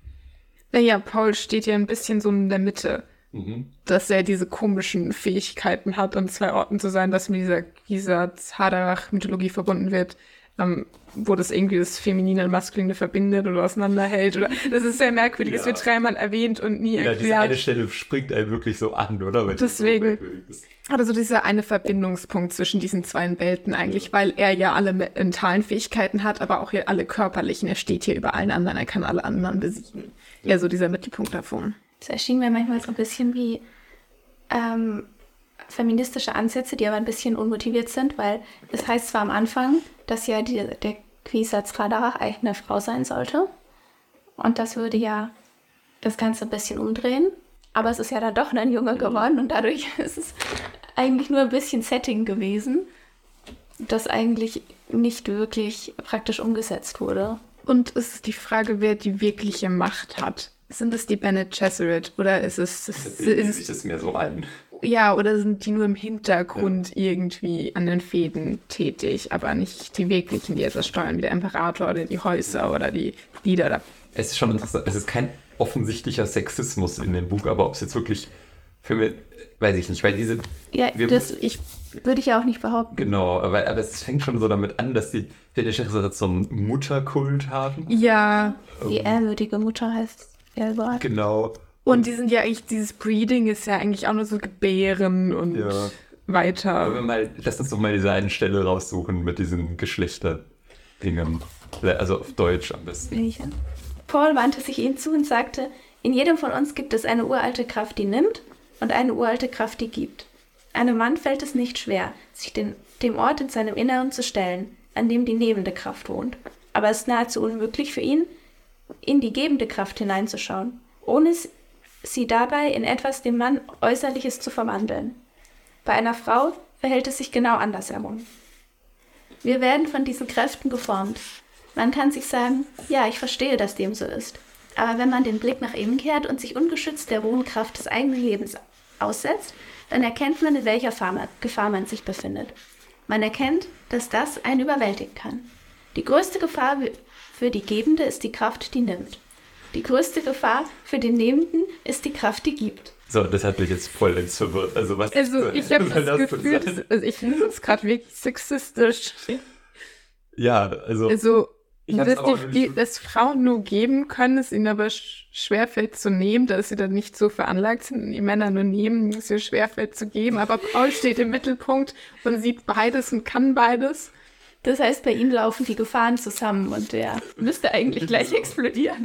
Naja, Paul steht ja ein bisschen so in der Mitte. Mhm. Dass er diese komischen Fähigkeiten hat, an zwei Orten zu sein, dass mit dieser, dieser Zadarach-Mythologie verbunden wird, ähm, wo das irgendwie das Feminine und Maskuline verbindet oder auseinanderhält. Oder, das ist sehr merkwürdig. Es ja. wird dreimal erwähnt und nie erklärt. Ja, diese eine Stelle springt einem wirklich so an, oder? Weil deswegen so hat er so dieser eine Verbindungspunkt zwischen diesen zwei Welten eigentlich, ja. weil er ja alle mentalen Fähigkeiten hat, aber auch alle körperlichen. Er steht hier über allen anderen, er kann alle anderen besiegen. Ja, ja so dieser Mittelpunkt davon. Es erschien mir manchmal so ein bisschen wie ähm, feministische Ansätze, die aber ein bisschen unmotiviert sind, weil es heißt zwar am Anfang, dass ja die, der Kwisatz Haderach eigentlich eine Frau sein sollte und das würde ja das Ganze ein bisschen umdrehen, aber es ist ja dann doch ein Junge geworden und dadurch ist es eigentlich nur ein bisschen Setting gewesen, das eigentlich nicht wirklich praktisch umgesetzt wurde. Und es ist die Frage, wer die wirkliche Macht hat. Sind es die Bene Gesserit oder ist es... Das ist, ist es das mehr so ein. Ja, oder sind die nur im Hintergrund ja. irgendwie an den Fäden tätig, aber nicht die wirklichen, die etwas steuern, wie der Imperator oder die Häuser oder die Lieder. Es ist schon interessant, es ist kein offensichtlicher Sexismus in dem Buch, aber ob es jetzt wirklich für mich, weiß ich nicht, weil diese... Ja, wir, das ich, würde ich ja auch nicht behaupten. Genau, aber, aber es fängt schon so damit an, dass die Bene Gesserit so einen Mutterkult haben. Ja. Die ehrwürdige Mutter heißt Elbrat. Genau. Und die sind ja eigentlich, dieses Breeding ist ja eigentlich auch nur so Gebären und ja. weiter. Aber wir mal, lass uns doch mal diese eine Stelle raussuchen mit diesen Geschlechterdingen. Also auf Deutsch am besten. Welche? Paul wandte sich ihnen zu und sagte, in jedem von uns gibt es eine uralte Kraft, die nimmt und eine uralte Kraft, die gibt. Einem Mann fällt es nicht schwer, sich den, dem Ort in seinem Inneren zu stellen, an dem die nehmende Kraft wohnt. Aber es ist nahezu unmöglich für ihn, in die gebende Kraft hineinzuschauen, ohne sie dabei in etwas dem Mann Äußerliches zu verwandeln. Bei einer Frau verhält es sich genau andersherum. Wir werden von diesen Kräften geformt. Man kann sich sagen, ja, ich verstehe, dass dem so ist. Aber wenn man den Blick nach innen kehrt und sich ungeschützt der rohen Kraft des eigenen Lebens aussetzt, dann erkennt man, in welcher Gefahr man sich befindet. Man erkennt, dass das einen überwältigen kann. Die größte Gefahr für die Gebende ist die Kraft, die nimmt. Die größte Gefahr für den Nehmenden ist die Kraft, die gibt. So, das hat mich jetzt voll verwirrt. Also, was also ich habe das, das Gefühl, also ich finde es gerade wirklich sexistisch. Ja, also... Also, dass, die, die, dass Frauen nur geben können, es ihnen aber sch- schwerfällt zu nehmen, dass sie dann nicht so veranlagt sind und die Männer nur nehmen, es ihr schwerfällt zu geben. Aber Paul steht im Mittelpunkt und sieht beides und kann beides. Das heißt, bei ihm laufen die Gefahren zusammen und der müsste eigentlich gleich explodieren.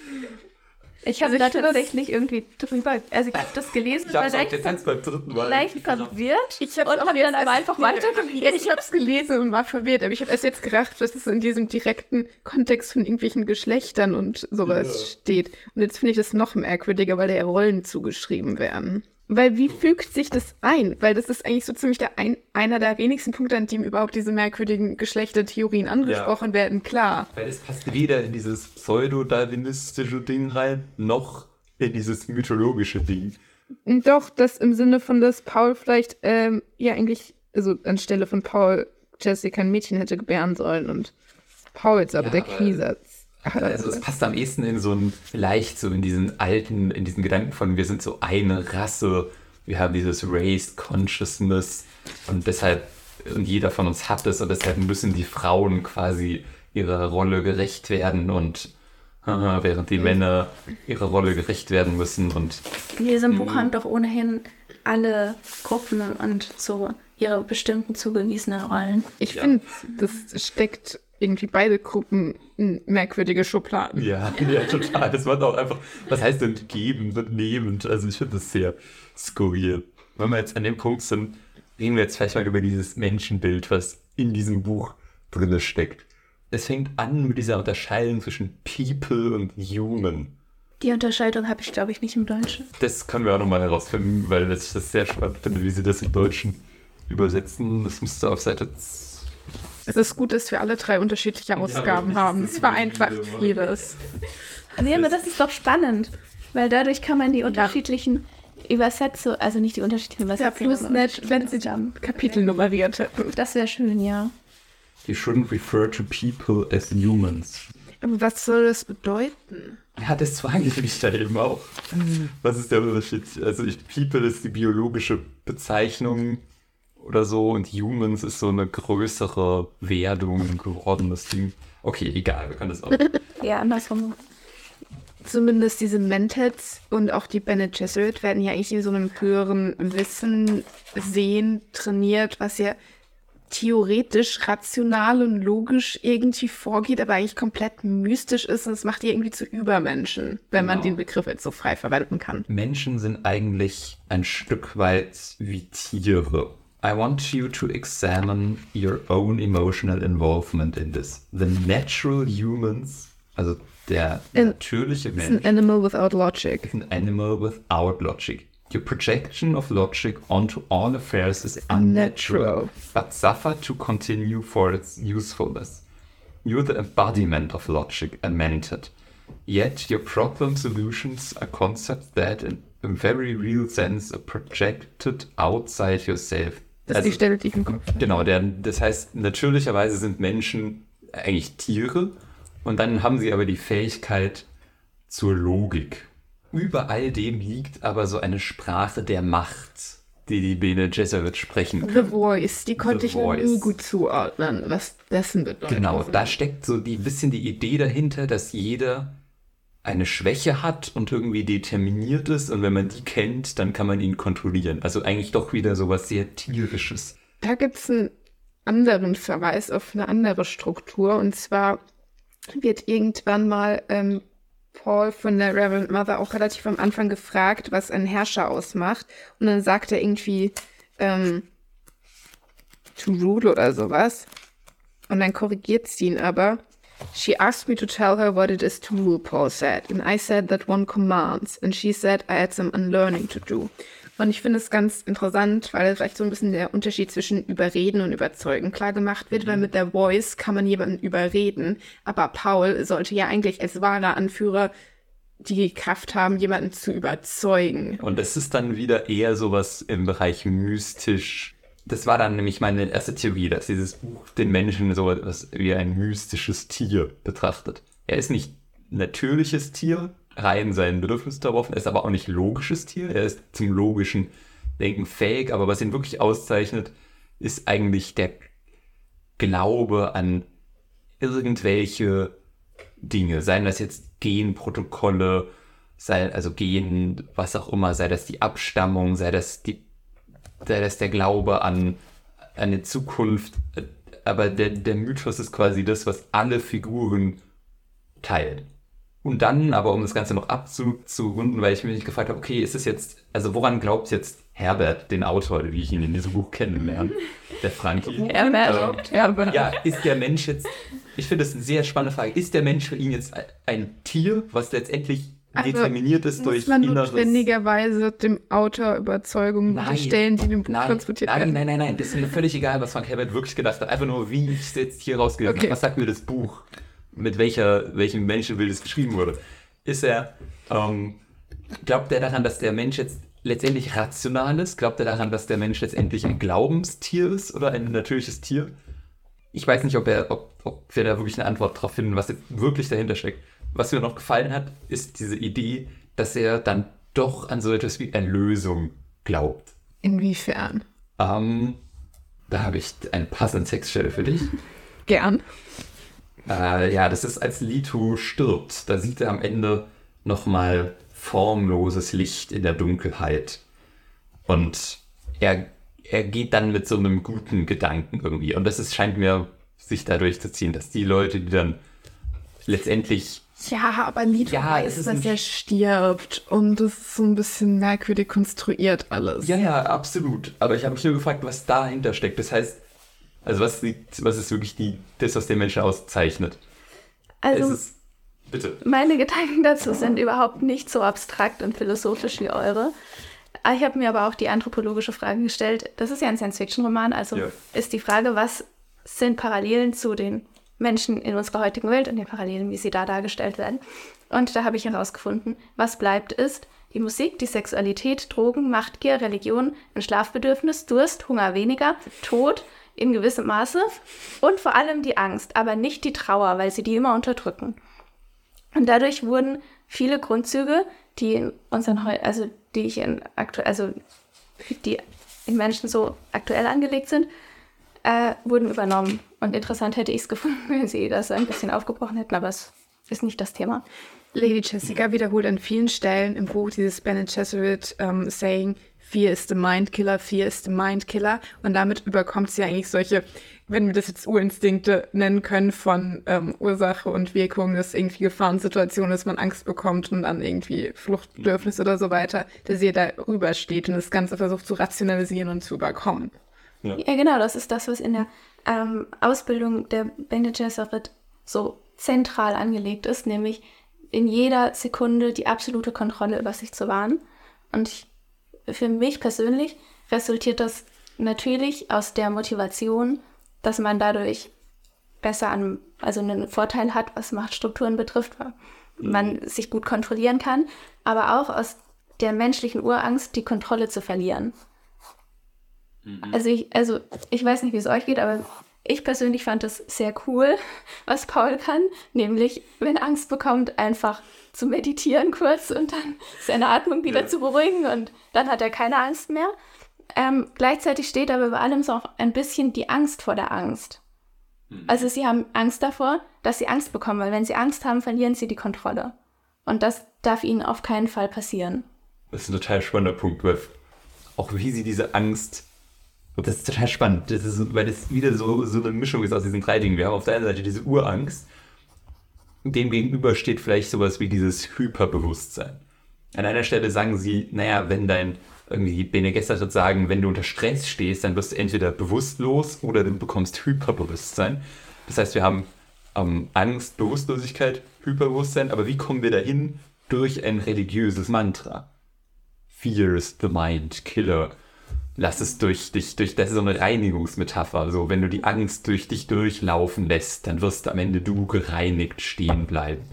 Ich habe also da tatsächlich irgendwie drüber, also ich habe das gelesen, ich habe leicht, beim dritten Mal leicht verwirrt ich und habe dann aber einfach weitergelesen. Ich habe es gelesen und war verwirrt, aber ich habe erst jetzt gedacht, dass es in diesem direkten Kontext von irgendwelchen Geschlechtern und sowas ja. steht. Und jetzt finde ich das noch merkwürdiger, weil da ja Rollen zugeschrieben werden. Weil wie fügt sich das ein? Weil das ist eigentlich so ziemlich der ein, einer der wenigsten Punkte, an dem überhaupt diese merkwürdigen Geschlechtertheorien angesprochen ja. werden, klar. Weil es passt weder in dieses pseudo-darwinistische Ding rein, noch in dieses mythologische Ding. Doch, das im Sinne von, dass Paul vielleicht, ähm, ja eigentlich, also anstelle von Paul Jessica ein Mädchen hätte gebären sollen und Paul jetzt aber ja, der Kwisatz. Also es passt am ehesten in so ein, vielleicht so in diesen alten, in diesen Gedanken von, wir sind so eine Rasse, wir haben dieses Race Consciousness und deshalb, und jeder von uns hat es und deshalb müssen die Frauen quasi ihrer Rolle gerecht werden und haha, während die Männer ihrer Rolle gerecht werden müssen und... In diesem Buch haben doch ohnehin alle Gruppen und so ihre bestimmten zugewiesenen Rollen. Ich ja. finde, das steckt irgendwie beide Gruppen in merkwürdige Schubladen. Ja, ja, total. Das war auch einfach, was heißt denn gebend und nehmend? Also ich finde das sehr skurril. Wenn wir jetzt an dem Punkt sind, reden wir jetzt vielleicht mal über dieses Menschenbild, was in diesem Buch drin steckt. Es fängt an mit dieser Unterscheidung zwischen People und Human. Die Unterscheidung habe ich, glaube ich, nicht im Deutschen. Das können wir auch nochmal herausfinden, weil ich das sehr spannend finde, wie sie das im Deutschen übersetzen. Das müsste auf Seite... Es ist gut, dass wir alle drei unterschiedliche Ausgaben ja, haben. Es vereinfacht vieles. Nee, aber das ist doch spannend, weil dadurch kann man die unterschiedlichen Übersetzungen, also nicht die unterschiedlichen Übersetzungen. Ja, plus nett, wenn sie dann Kapitel nummeriert hätten. Das wäre schön, ja. You shouldn't refer to people as humans. Aber was soll das bedeuten? Ja, das frage ich mich da eben auch. Was ist der Unterschied? Also ich, People ist die biologische Bezeichnung oder so und Humans ist so eine größere Werdung, ein geordnetes Ding. Okay, egal, wir können das auch. Ja, andersrum. Zumindest diese Mentats und auch die Bene Gesserit werden ja eigentlich in so einem höheren Wissen, Sehen trainiert, was ja theoretisch rational und logisch irgendwie vorgeht, aber eigentlich komplett mystisch ist und es macht die irgendwie zu Übermenschen, wenn genau. man den Begriff jetzt so frei verwenden kann. Menschen sind eigentlich ein Stück weit wie Tiere. I want you to examine your own emotional involvement in this. The natural humans, also der in, natürliche Mensch, is an animal without logic. Is an animal without logic. Your projection of logic onto all affairs is unnatural, but suffer to continue for its usefulness. You're the embodiment of logic and mentat. Yet your problem solutions are concepts that, in a very real sense, are projected outside yourself. Das also, ist die Stelle, die ich im Kopf habe. Genau, der, das heißt, natürlicherweise sind Menschen eigentlich Tiere und dann haben sie aber die Fähigkeit zur Logik. Über all dem liegt aber so eine Sprache der Macht, die die Bene Gesserit sprechen. The Voice, die konnte The ich noch nie gut zuordnen, was dessen bedeutet. Genau, da steckt so ein bisschen die Idee dahinter, dass jeder eine Schwäche hat und irgendwie determiniert ist und wenn man die kennt, dann kann man ihn kontrollieren. Also eigentlich doch wieder so was sehr Tierisches. Da gibt es einen anderen Verweis auf eine andere Struktur und zwar wird irgendwann mal ähm, Paul von der Reverend Mother auch relativ am Anfang gefragt, was einen Herrscher ausmacht. Und dann sagt er irgendwie ähm, to rule oder sowas. Und dann korrigiert sie ihn aber. She asked me to tell her what it is to rule, Paul said. And I said that one commands. And she said I had some unlearning to do. Und ich finde es ganz interessant, weil vielleicht so ein bisschen der Unterschied zwischen Überreden und Überzeugen klar gemacht wird, mhm. weil mit der Voice kann man jemanden überreden, aber Paul sollte ja eigentlich als wahrer Anführer die Kraft haben, jemanden zu überzeugen. Und es ist dann wieder eher sowas im Bereich mystisch. Das war dann nämlich meine erste Theorie, dass dieses Buch den Menschen so etwas wie ein mystisches Tier betrachtet. Er ist nicht ein natürliches Tier, rein sein Bedürfnis darauf. Er ist aber auch nicht logisches Tier. Er ist zum logischen Denken fähig. Aber was ihn wirklich auszeichnet, ist eigentlich der Glaube an irgendwelche Dinge. Seien das jetzt Genprotokolle, sei, also Gen, was auch immer, sei das die Abstammung, sei das, die, sei das der Glaube an eine Zukunft. Aber der, der Mythos ist quasi das, was alle Figuren teilen. Und dann, aber um das Ganze noch abzurunden, weil ich mich gefragt habe, okay, ist es jetzt, also woran glaubt jetzt Herbert, den Autor, wie ich ihn in diesem Buch kennenlerne, der Frankie? Herbert. Ähm, Herbert. Ja, ist der Mensch jetzt, ich finde das eine sehr spannende Frage, ist der Mensch für ihn jetzt ein Tier, was letztendlich also determiniert ist durch man inneres... notwendigerweise dem Autor Überzeugungen unterstellen, die dem Buch nein, transportiert nein, werden? Nein, nein, nein, das ist mir völlig egal, was Frank Herbert wirklich gedacht hat. Einfach nur, wie ich es jetzt hier rausgelesen okay. habe. Was sagt mir das Buch? Mit welcher, welchem Menschenbild es geschrieben wurde. Ist er, ähm, glaubt er daran, dass der Mensch jetzt letztendlich rational ist? Glaubt er daran, dass der Mensch letztendlich ein Glaubenstier ist oder ein natürliches Tier? Ich weiß nicht, ob, er, ob, ob wir da wirklich eine Antwort drauf finden, was jetzt wirklich dahinter steckt. Was mir noch gefallen hat, ist diese Idee, dass er dann doch an so etwas wie Erlösung glaubt. Inwiefern? Ähm, da habe ich eine passende Textstelle für dich. Gern. Äh, ja, das ist, als Leto stirbt. Da sieht er am Ende nochmal formloses Licht in der Dunkelheit. Und er, er geht dann mit so einem guten Gedanken irgendwie. Und das ist, scheint mir sich da durchzuziehen, dass die Leute, die dann letztendlich... Ja, aber Nito ja, weiß, ist dass ein... er stirbt und das ist so ein bisschen merkwürdig konstruiert alles. Ja, ja, absolut. Aber ich habe mich nur gefragt, was dahinter steckt. Das heißt, also was, was ist wirklich die, das, was den Menschen auszeichnet? Also, es ist, bitte. Meine Gedanken dazu sind überhaupt nicht so abstrakt und philosophisch wie eure. Ich habe mir aber auch die anthropologische Frage gestellt. Das ist ja ein Science-Fiction-Roman, also ja. Ist die Frage, was sind Parallelen zu den Menschen in unserer heutigen Welt und den Parallelen, wie sie da dargestellt werden. Und da habe ich herausgefunden, was bleibt ist die Musik, die Sexualität, Drogen, Machtgier, Religion, ein Schlafbedürfnis, Durst, Hunger weniger, Tod in gewissem Maße und vor allem die Angst, aber nicht die Trauer, weil sie die immer unterdrücken. Und dadurch wurden viele Grundzüge, die in unseren, also die ich in aktuell, also die in Menschen so aktuell angelegt sind, Äh, wurden übernommen. Und interessant hätte ich es gefunden, wenn sie das ein bisschen aufgebrochen hätten, aber es ist nicht das Thema. Lady Jessica wiederholt an vielen Stellen im Buch dieses Bene Gesserit ähm, Saying, Fear is the Mind Killer, Fear is the Mind Killer. Und damit überkommt sie eigentlich solche, wenn wir das jetzt Urinstinkte nennen können, von ähm, Ursache und Wirkung, dass irgendwie Gefahrensituationen, dass man Angst bekommt und dann irgendwie Fluchtbedürfnis oder so weiter, dass sie da rübersteht und das Ganze versucht zu rationalisieren und zu überkommen. Ja. ja, genau, das ist das, was in der ähm, Ausbildung der Bene Gesserit so zentral angelegt ist, nämlich in jeder Sekunde die absolute Kontrolle über sich zu wahren. Und ich, für mich persönlich resultiert das natürlich aus der Motivation, dass man dadurch besser an, also einen Vorteil hat, was Machtstrukturen betrifft, weil man mhm. sich gut kontrollieren kann, aber auch aus der menschlichen Urangst, die Kontrolle zu verlieren. Also ich, also ich weiß nicht, wie es euch geht, aber ich persönlich fand es sehr cool, was Paul kann, nämlich, wenn Angst bekommt, einfach zu meditieren kurz und dann seine Atmung wieder ja. zu beruhigen und dann hat er keine Angst mehr. Ähm, gleichzeitig steht aber über allem so auch ein bisschen die Angst vor der Angst. Mhm. Also sie haben Angst davor, dass sie Angst bekommen, weil wenn sie Angst haben, verlieren sie die Kontrolle. Und das darf ihnen auf keinen Fall passieren. Das ist ein total spannender Punkt, weil auch wie sie diese Angst... Das ist total spannend, das ist, weil das wieder so, so eine Mischung ist aus diesen drei Dingen. Wir haben auf der einen Seite diese Urangst, dem gegenüber steht vielleicht sowas wie dieses Hyperbewusstsein. An einer Stelle sagen sie, naja, wenn dein, irgendwie Bene Gesserit sagen, wenn du unter Stress stehst, dann wirst du entweder bewusstlos oder du bekommst Hyperbewusstsein. Das heißt, wir haben ähm, Angst, Bewusstlosigkeit, Hyperbewusstsein, aber wie kommen wir dahin? Durch ein religiöses Mantra. Fear is the mind killer. Lass es durch dich, durch, das ist so eine Reinigungsmetapher. So, wenn du die Angst durch dich durchlaufen lässt, dann wirst du am Ende du gereinigt stehen bleiben.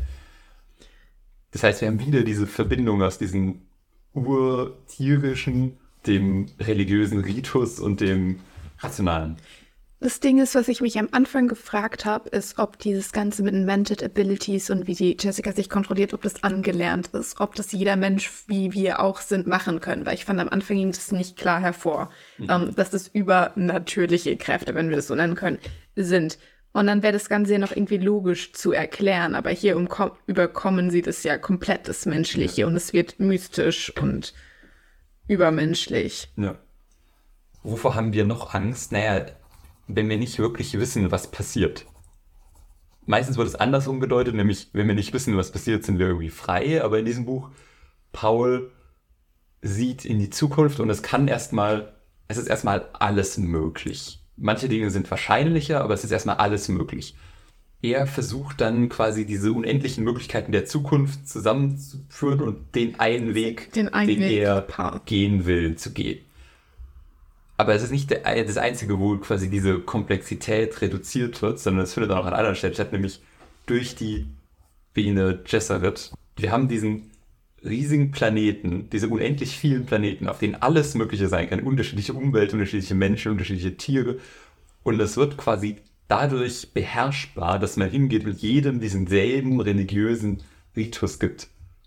Das heißt, wir haben wieder diese Verbindung aus diesem urtierischen, dem religiösen Ritus und dem rationalen. Das Ding ist, was ich mich am Anfang gefragt habe, ist, ob dieses Ganze mit Invented Abilities und wie die Jessica sich kontrolliert, ob das angelernt ist, ob das jeder Mensch, wie wir auch sind, machen können. Weil ich fand, am Anfang ging das nicht klar hervor, mhm. ähm, dass das übernatürliche Kräfte, wenn wir das so nennen können, sind. Und dann wäre das Ganze ja noch irgendwie logisch zu erklären. Aber hier umko- überkommen sie das ja komplett, das Menschliche. Ja. Und es wird mystisch und übermenschlich. Ja. Wovor haben wir noch Angst? Naja, wenn wir nicht wirklich wissen, was passiert. Meistens wird es andersrum gedeutet, nämlich wenn wir nicht wissen, was passiert, sind wir irgendwie frei. Aber in diesem Buch, Paul sieht in die Zukunft und es kann erstmal, es ist erstmal alles möglich. Manche Dinge sind wahrscheinlicher, aber es ist erstmal alles möglich. Er versucht dann quasi diese unendlichen Möglichkeiten der Zukunft zusammenzuführen und den einen Weg, den, einen den Weg er Paar. gehen will, zu gehen. Aber es ist nicht der, das Einzige, wo quasi diese Komplexität reduziert wird, sondern es findet auch an anderen Stellen statt, nämlich durch die Bene Gesserit. Wir haben diesen riesigen Planeten, diese unendlich vielen Planeten, auf denen alles Mögliche sein kann, unterschiedliche Umwelt, unterschiedliche Menschen, unterschiedliche Tiere. Und es wird quasi dadurch beherrschbar, dass man hingeht und jedem diesen selben religiösen Ritus gibt.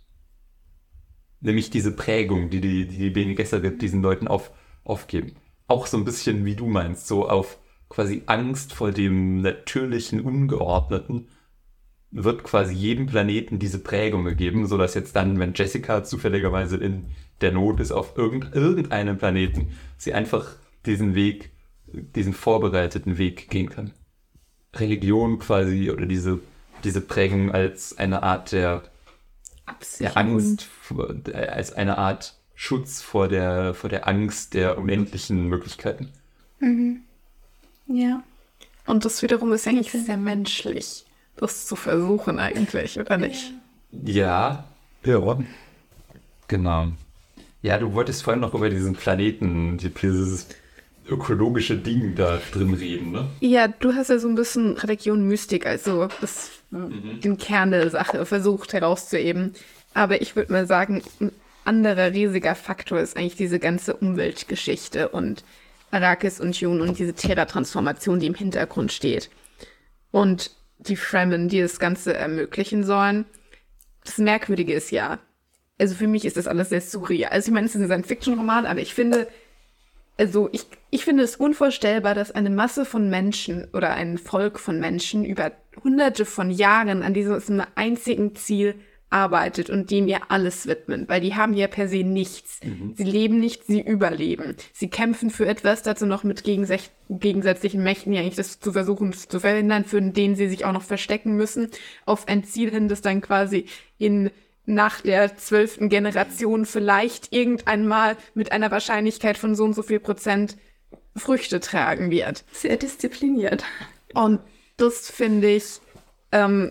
Nämlich diese Prägung, die die, die Bene Gesserit diesen Leuten auf, aufgeben. Auch so ein bisschen, wie du meinst, so auf quasi Angst vor dem natürlichen, Ungeordneten wird quasi jedem Planeten diese Prägung gegeben, sodass jetzt dann, wenn Jessica zufälligerweise in der Not ist auf irgend, irgendeinem Planeten, sie einfach diesen Weg, diesen vorbereiteten Weg gehen kann. Religion quasi oder diese, diese Prägung als eine Art der, der Angst, als eine Art Schutz vor der, vor der Angst der unendlichen Möglichkeiten. Mhm. Ja. Und das wiederum ist eigentlich sehr menschlich, das zu versuchen eigentlich, oder nicht? Ja. Ja. Genau. Ja, du wolltest vorhin noch über diesen Planeten, dieses ökologische Ding da drin reden, ne? Ja, du hast ja so ein bisschen Religion, Mystik, also das, mhm. den Kern der Sache versucht herauszuheben. Aber ich würde mal sagen, ein anderer riesiger Faktor ist eigentlich diese ganze Umweltgeschichte und Arrakis und Dune und diese Terra-Transformation, die im Hintergrund steht. Und die Fremen, die das Ganze ermöglichen sollen. Das Merkwürdige ist ja, also für mich ist das alles sehr surreal. Also ich meine, es ist ein Science-Fiction-Roman, aber ich finde, also ich, ich finde es unvorstellbar, dass eine Masse von Menschen oder ein Volk von Menschen über hunderte von Jahren an diesem einzigen Ziel arbeitet und dem ihr alles widmen, weil die haben ja per se nichts. Mhm. Sie leben nicht, sie überleben. Sie kämpfen für etwas, dazu noch mit gegensä- gegensätzlichen Mächten, die eigentlich das zu versuchen zu verhindern, für den sie sich auch noch verstecken müssen, auf ein Ziel hin, das dann quasi in nach der zwölften Generation vielleicht irgendwann mal mit einer Wahrscheinlichkeit von so und so viel Prozent Früchte tragen wird. Sehr diszipliniert. Und das finde ich ähm,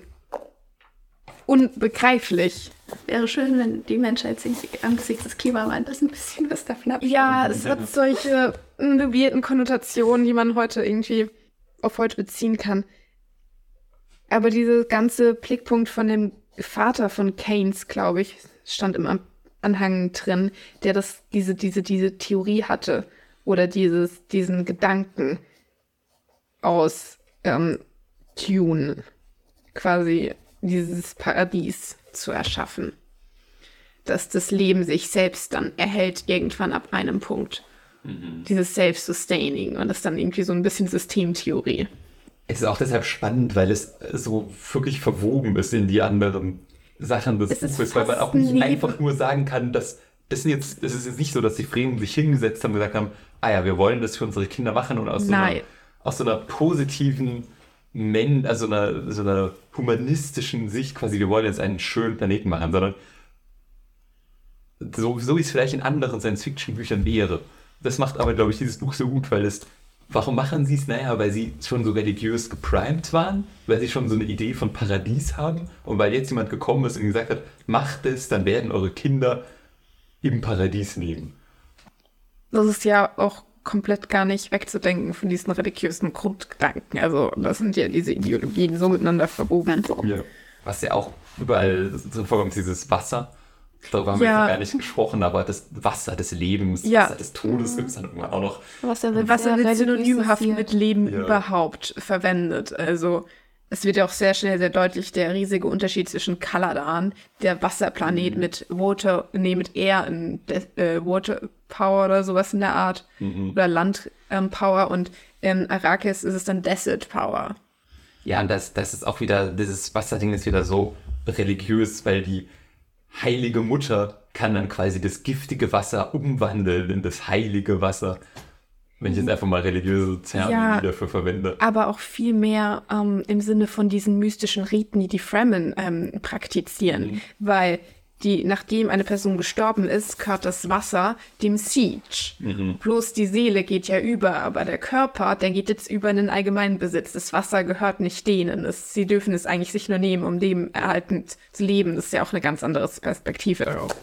unbegreiflich. Wäre schön, wenn die Menschheit sich angesichts des Klimawandels ein bisschen was davon abschneidet. Ja, es hat solche dubieren Konnotationen, die man heute irgendwie auf heute beziehen kann. Aber dieser ganze Blickpunkt von dem Vater von Keynes, glaube ich, stand im Anhang drin, der das, diese, diese, diese Theorie hatte oder dieses, diesen Gedanken aus ähm, Dune, quasi dieses Paradies zu erschaffen. Dass das Leben sich selbst dann erhält irgendwann ab einem Punkt. Mhm. Dieses Self-Sustaining und das ist dann irgendwie so ein bisschen Systemtheorie. Es ist auch deshalb spannend, weil es so wirklich verwoben ist in die anderen Sachen des Buches, weil man auch nicht Leben. einfach nur sagen kann, dass das, sind jetzt, das ist jetzt nicht so, dass die Fremen sich hingesetzt haben und gesagt haben, ah ja, wir wollen das für unsere Kinder machen und aus, so einer, aus so einer positiven, Men- also einer, so einer humanistischen Sicht quasi, wir wollen jetzt einen schönen Planeten machen, sondern so, so wie es vielleicht in anderen Science-Fiction-Büchern wäre. Das macht aber, glaube ich, dieses Buch so gut, weil es warum machen sie es? Naja, weil sie schon so religiös geprimed waren, weil sie schon so eine Idee von Paradies haben und weil jetzt jemand gekommen ist und gesagt hat, macht es, dann werden eure Kinder im Paradies leben. Das ist ja auch komplett gar nicht wegzudenken von diesen religiösen Grundgedanken. Also das sind ja diese Ideologien so miteinander verwoben. Ja. Was ja auch überall so vorkommt, dieses Wasser. Darüber haben ja. wir jetzt gar nicht gesprochen, aber das Wasser des Lebens, ja. Wasser des Todes gibt es dann irgendwann auch noch. Wasser wird, Wasser wird synonymhaft mit Leben ja. überhaupt verwendet. Also es wird ja auch sehr schnell sehr deutlich der riesige Unterschied zwischen Caladan, der Wasserplanet mhm. mit Water, nee, mit Air, äh, Water Power oder sowas in der Art, mhm. oder Land ähm, Power und in Arrakis ist es dann Desert Power. Ja, und das, das ist auch wieder, dieses Wasserding ist wieder so religiös, weil die heilige Mutter kann dann quasi das giftige Wasser umwandeln in das heilige Wasser, wenn ich jetzt einfach mal religiöse Terme ja, dafür verwende. Aber auch viel mehr ähm, im Sinne von diesen mystischen Riten, die die Fremen ähm, praktizieren, mhm. weil die, nachdem eine Person gestorben ist, gehört das Wasser dem Siege. Mhm. Bloß die Seele geht ja über, aber der Körper, der geht jetzt über in den Allgemeinbesitz. Das Wasser gehört nicht denen. Es, sie dürfen es eigentlich sich nur nehmen, um dem erhaltend zu leben. Das ist ja auch eine ganz andere Perspektive darauf.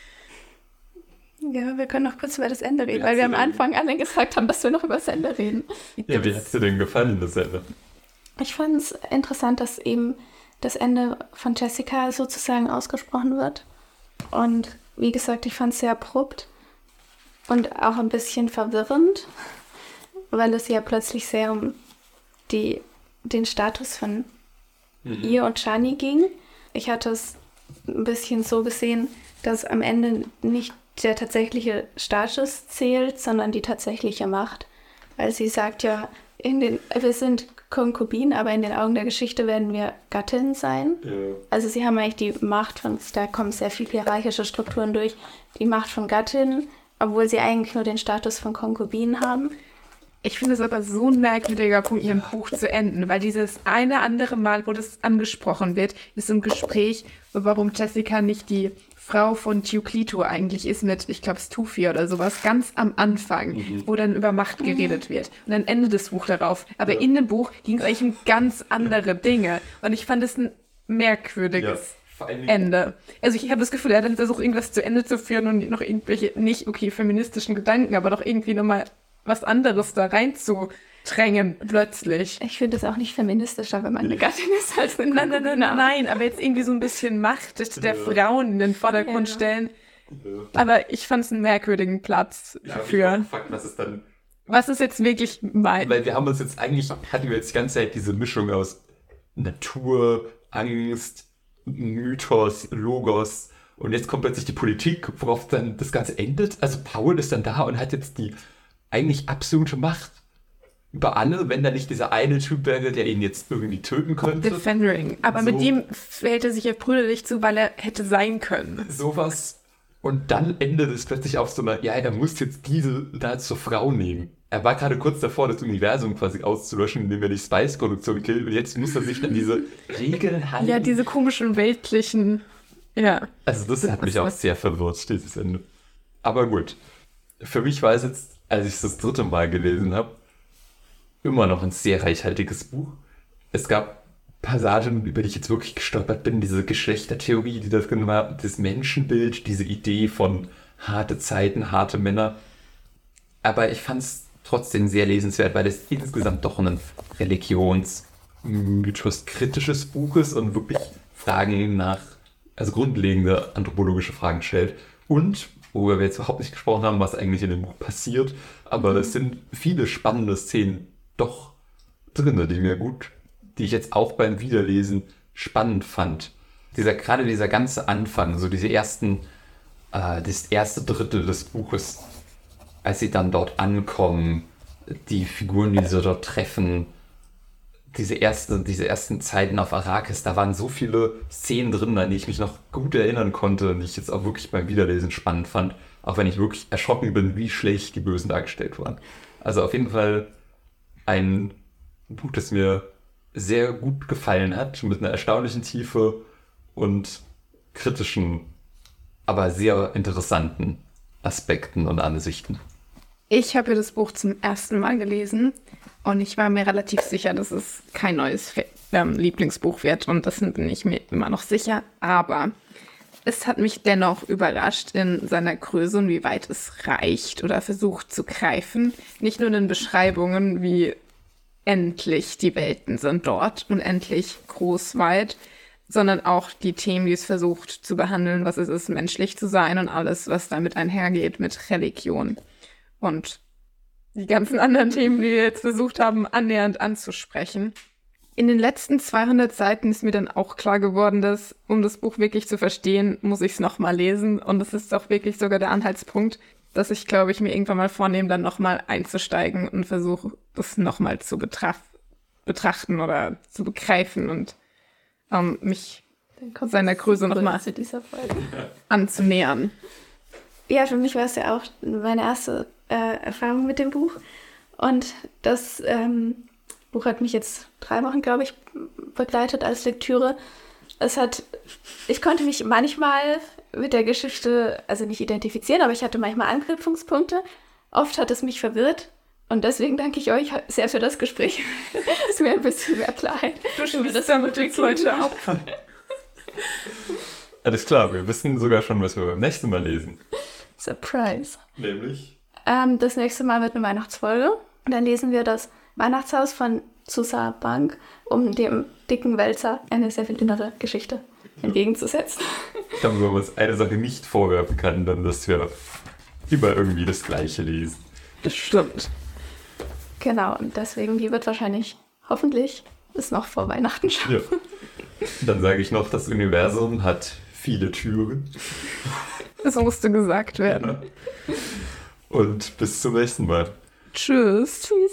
Ja, wir können noch kurz über das Ende reden, weil wir am Anfang alle gesagt haben, dass wir noch über das Ende reden. Ja, wie hat es dir denn gefallen, das Ende? Ich fand es interessant, dass eben das Ende von Jessica sozusagen ausgesprochen wird. Und wie gesagt, ich fand es sehr abrupt und auch ein bisschen verwirrend, weil es ja plötzlich sehr um die, den Status von mhm. ihr und Chani ging. Ich hatte es ein bisschen so gesehen, dass am Ende nicht der tatsächliche Status zählt, sondern die tatsächliche Macht. Weil sie sagt ja, in den, wir sind Konkubinen, aber in den Augen der Geschichte werden wir Gattin sein. Ja. Also sie haben eigentlich die Macht von, da kommen sehr viele hierarchische Strukturen durch, die Macht von Gattin, obwohl sie eigentlich nur den Status von Konkubinen haben. Ich finde es aber so ein merkwürdiger Punkt, ihrem Buch zu enden, weil dieses eine andere Mal, wo das angesprochen wird, ist im Gespräch, warum Jessica nicht die Frau von Duke Leto eigentlich ist mit, ich glaube, Stufi oder sowas, ganz am Anfang, mhm. wo dann über Macht geredet wird. Und dann endet das Buch darauf. Aber ja. in dem Buch ging es eigentlich um ganz andere Dinge. Und ich fand es ein merkwürdiges ja, Ende. Also ich habe das Gefühl, er hat dann versucht, irgendwas zu Ende zu führen und noch irgendwelche, nicht, okay, feministischen Gedanken, aber doch irgendwie nochmal was anderes da reinzudrängen plötzlich. Ich finde es auch nicht feministischer, wenn man eine Gattin ist als eine Nein, nein, nein, nein, nein, aber jetzt irgendwie so ein bisschen Macht der Frauen in den Vordergrund ja. stellen. Aber ich fand es einen merkwürdigen Platz ja, für... Gefragt, was ist dann... Was ist jetzt wirklich mein... Weil wir haben uns jetzt eigentlich, hatten wir jetzt die ganze Zeit diese Mischung aus Natur, Angst, Mythos, Logos und jetzt kommt plötzlich die Politik, worauf dann das Ganze endet. Also Paul ist dann da und hat jetzt die eigentlich absolute Macht über alle, wenn da nicht dieser eine Typ wäre, der ihn jetzt irgendwie töten könnte. The Fenring. Aber so, mit dem fällt er sich ja brüderlich zu, weil er hätte sein können. Sowas. Und dann endet es plötzlich auf so einer, ja, er muss jetzt diese da zur Frau nehmen. Er war gerade kurz davor, das Universum quasi auszulöschen, indem er die Spice-Produktion killt. Und jetzt muss er sich dann diese Regeln halten. Ja, diese komischen weltlichen, ja. Also das hat mich auch sehr verwirrt, dieses Ende. Aber gut. Für mich war es jetzt, als ich es das dritte Mal gelesen habe, immer noch ein sehr reichhaltiges Buch. Es gab Passagen, über die ich jetzt wirklich gestolpert bin, diese Geschlechtertheorie, die das, das Menschenbild, diese Idee von harte Zeiten, harte Männer. Aber ich fand es trotzdem sehr lesenswert, weil es insgesamt doch ein religions-mythos-kritisches Buch ist und wirklich Fragen nach, also grundlegende anthropologische Fragen stellt. Und worüber wir jetzt überhaupt nicht gesprochen haben, was eigentlich in dem Buch passiert. Aber mhm. es sind viele spannende Szenen doch drin, die mir gut, die ich jetzt auch beim Wiederlesen spannend fand. Dieser, gerade dieser ganze Anfang, so diese ersten, äh, das erste Drittel des Buches, als sie dann dort ankommen, die Figuren, die sie dort treffen, diese, erste, diese ersten Zeiten auf Arrakis, da waren so viele Szenen drin, an die ich mich noch gut erinnern konnte, die ich jetzt auch wirklich beim Wiederlesen spannend fand, auch wenn ich wirklich erschrocken bin, wie schlecht die Bösen dargestellt waren. Also auf jeden Fall ein Buch, das mir sehr gut gefallen hat, mit einer erstaunlichen Tiefe und kritischen, aber sehr interessanten Aspekten und Ansichten. Ich habe das Buch zum ersten Mal gelesen und ich war mir relativ sicher, dass es kein neues ähm, Lieblingsbuch wird und das bin ich mir immer noch sicher. Aber es hat mich dennoch überrascht in seiner Größe und wie weit es reicht oder versucht zu greifen. Nicht nur in den Beschreibungen, wie endlich die Welten sind dort und endlich groß weit, sondern auch die Themen, die es versucht zu behandeln, was es ist, menschlich zu sein und alles, was damit einhergeht mit Religion. Und die ganzen anderen Themen, die wir jetzt versucht haben, annähernd anzusprechen. In den letzten zweihundert Seiten ist mir dann auch klar geworden, dass, um das Buch wirklich zu verstehen, muss ich es nochmal lesen. Und das ist auch wirklich sogar der Anhaltspunkt, dass ich, glaube ich, mir irgendwann mal vornehme, dann nochmal einzusteigen und versuche, das nochmal zu betraf- betrachten oder zu begreifen und ähm, mich seiner Größe nochmal anzunähern. Ja, für mich war es ja auch meine erste äh, Erfahrung mit dem Buch. Und das ähm, Buch hat mich jetzt drei Wochen, glaube ich, begleitet als Lektüre. Es hat, ich konnte mich manchmal mit der Geschichte, also nicht identifizieren, aber ich hatte manchmal Anknüpfungspunkte. Oft hat es mich verwirrt. Und deswegen danke ich euch sehr für das Gespräch. Es ist mir ein bisschen mehr Klarheit. Du schließt das damit jetzt heute ab. Alles klar, wir wissen sogar schon, was wir beim nächsten Mal lesen. Surprise. Nämlich? Ähm, das nächste Mal wird eine Weihnachtsfolge. Und dann lesen wir das Weihnachtshaus von Zusa Bank, um dem dicken Wälzer eine sehr viel dünnere Geschichte entgegenzusetzen. Ich glaube, wenn man uns eine Sache nicht vorwerfen kann, dann, dass wir immer irgendwie das Gleiche lesen. Das stimmt. Genau, und deswegen, die wird wahrscheinlich, hoffentlich, bis noch vor Weihnachten schaffen. Ja. Dann sage ich noch, das Universum hat viele Türen. Das musste gesagt werden. Ja. Und bis zum nächsten Mal. Tschüss. Tschüss.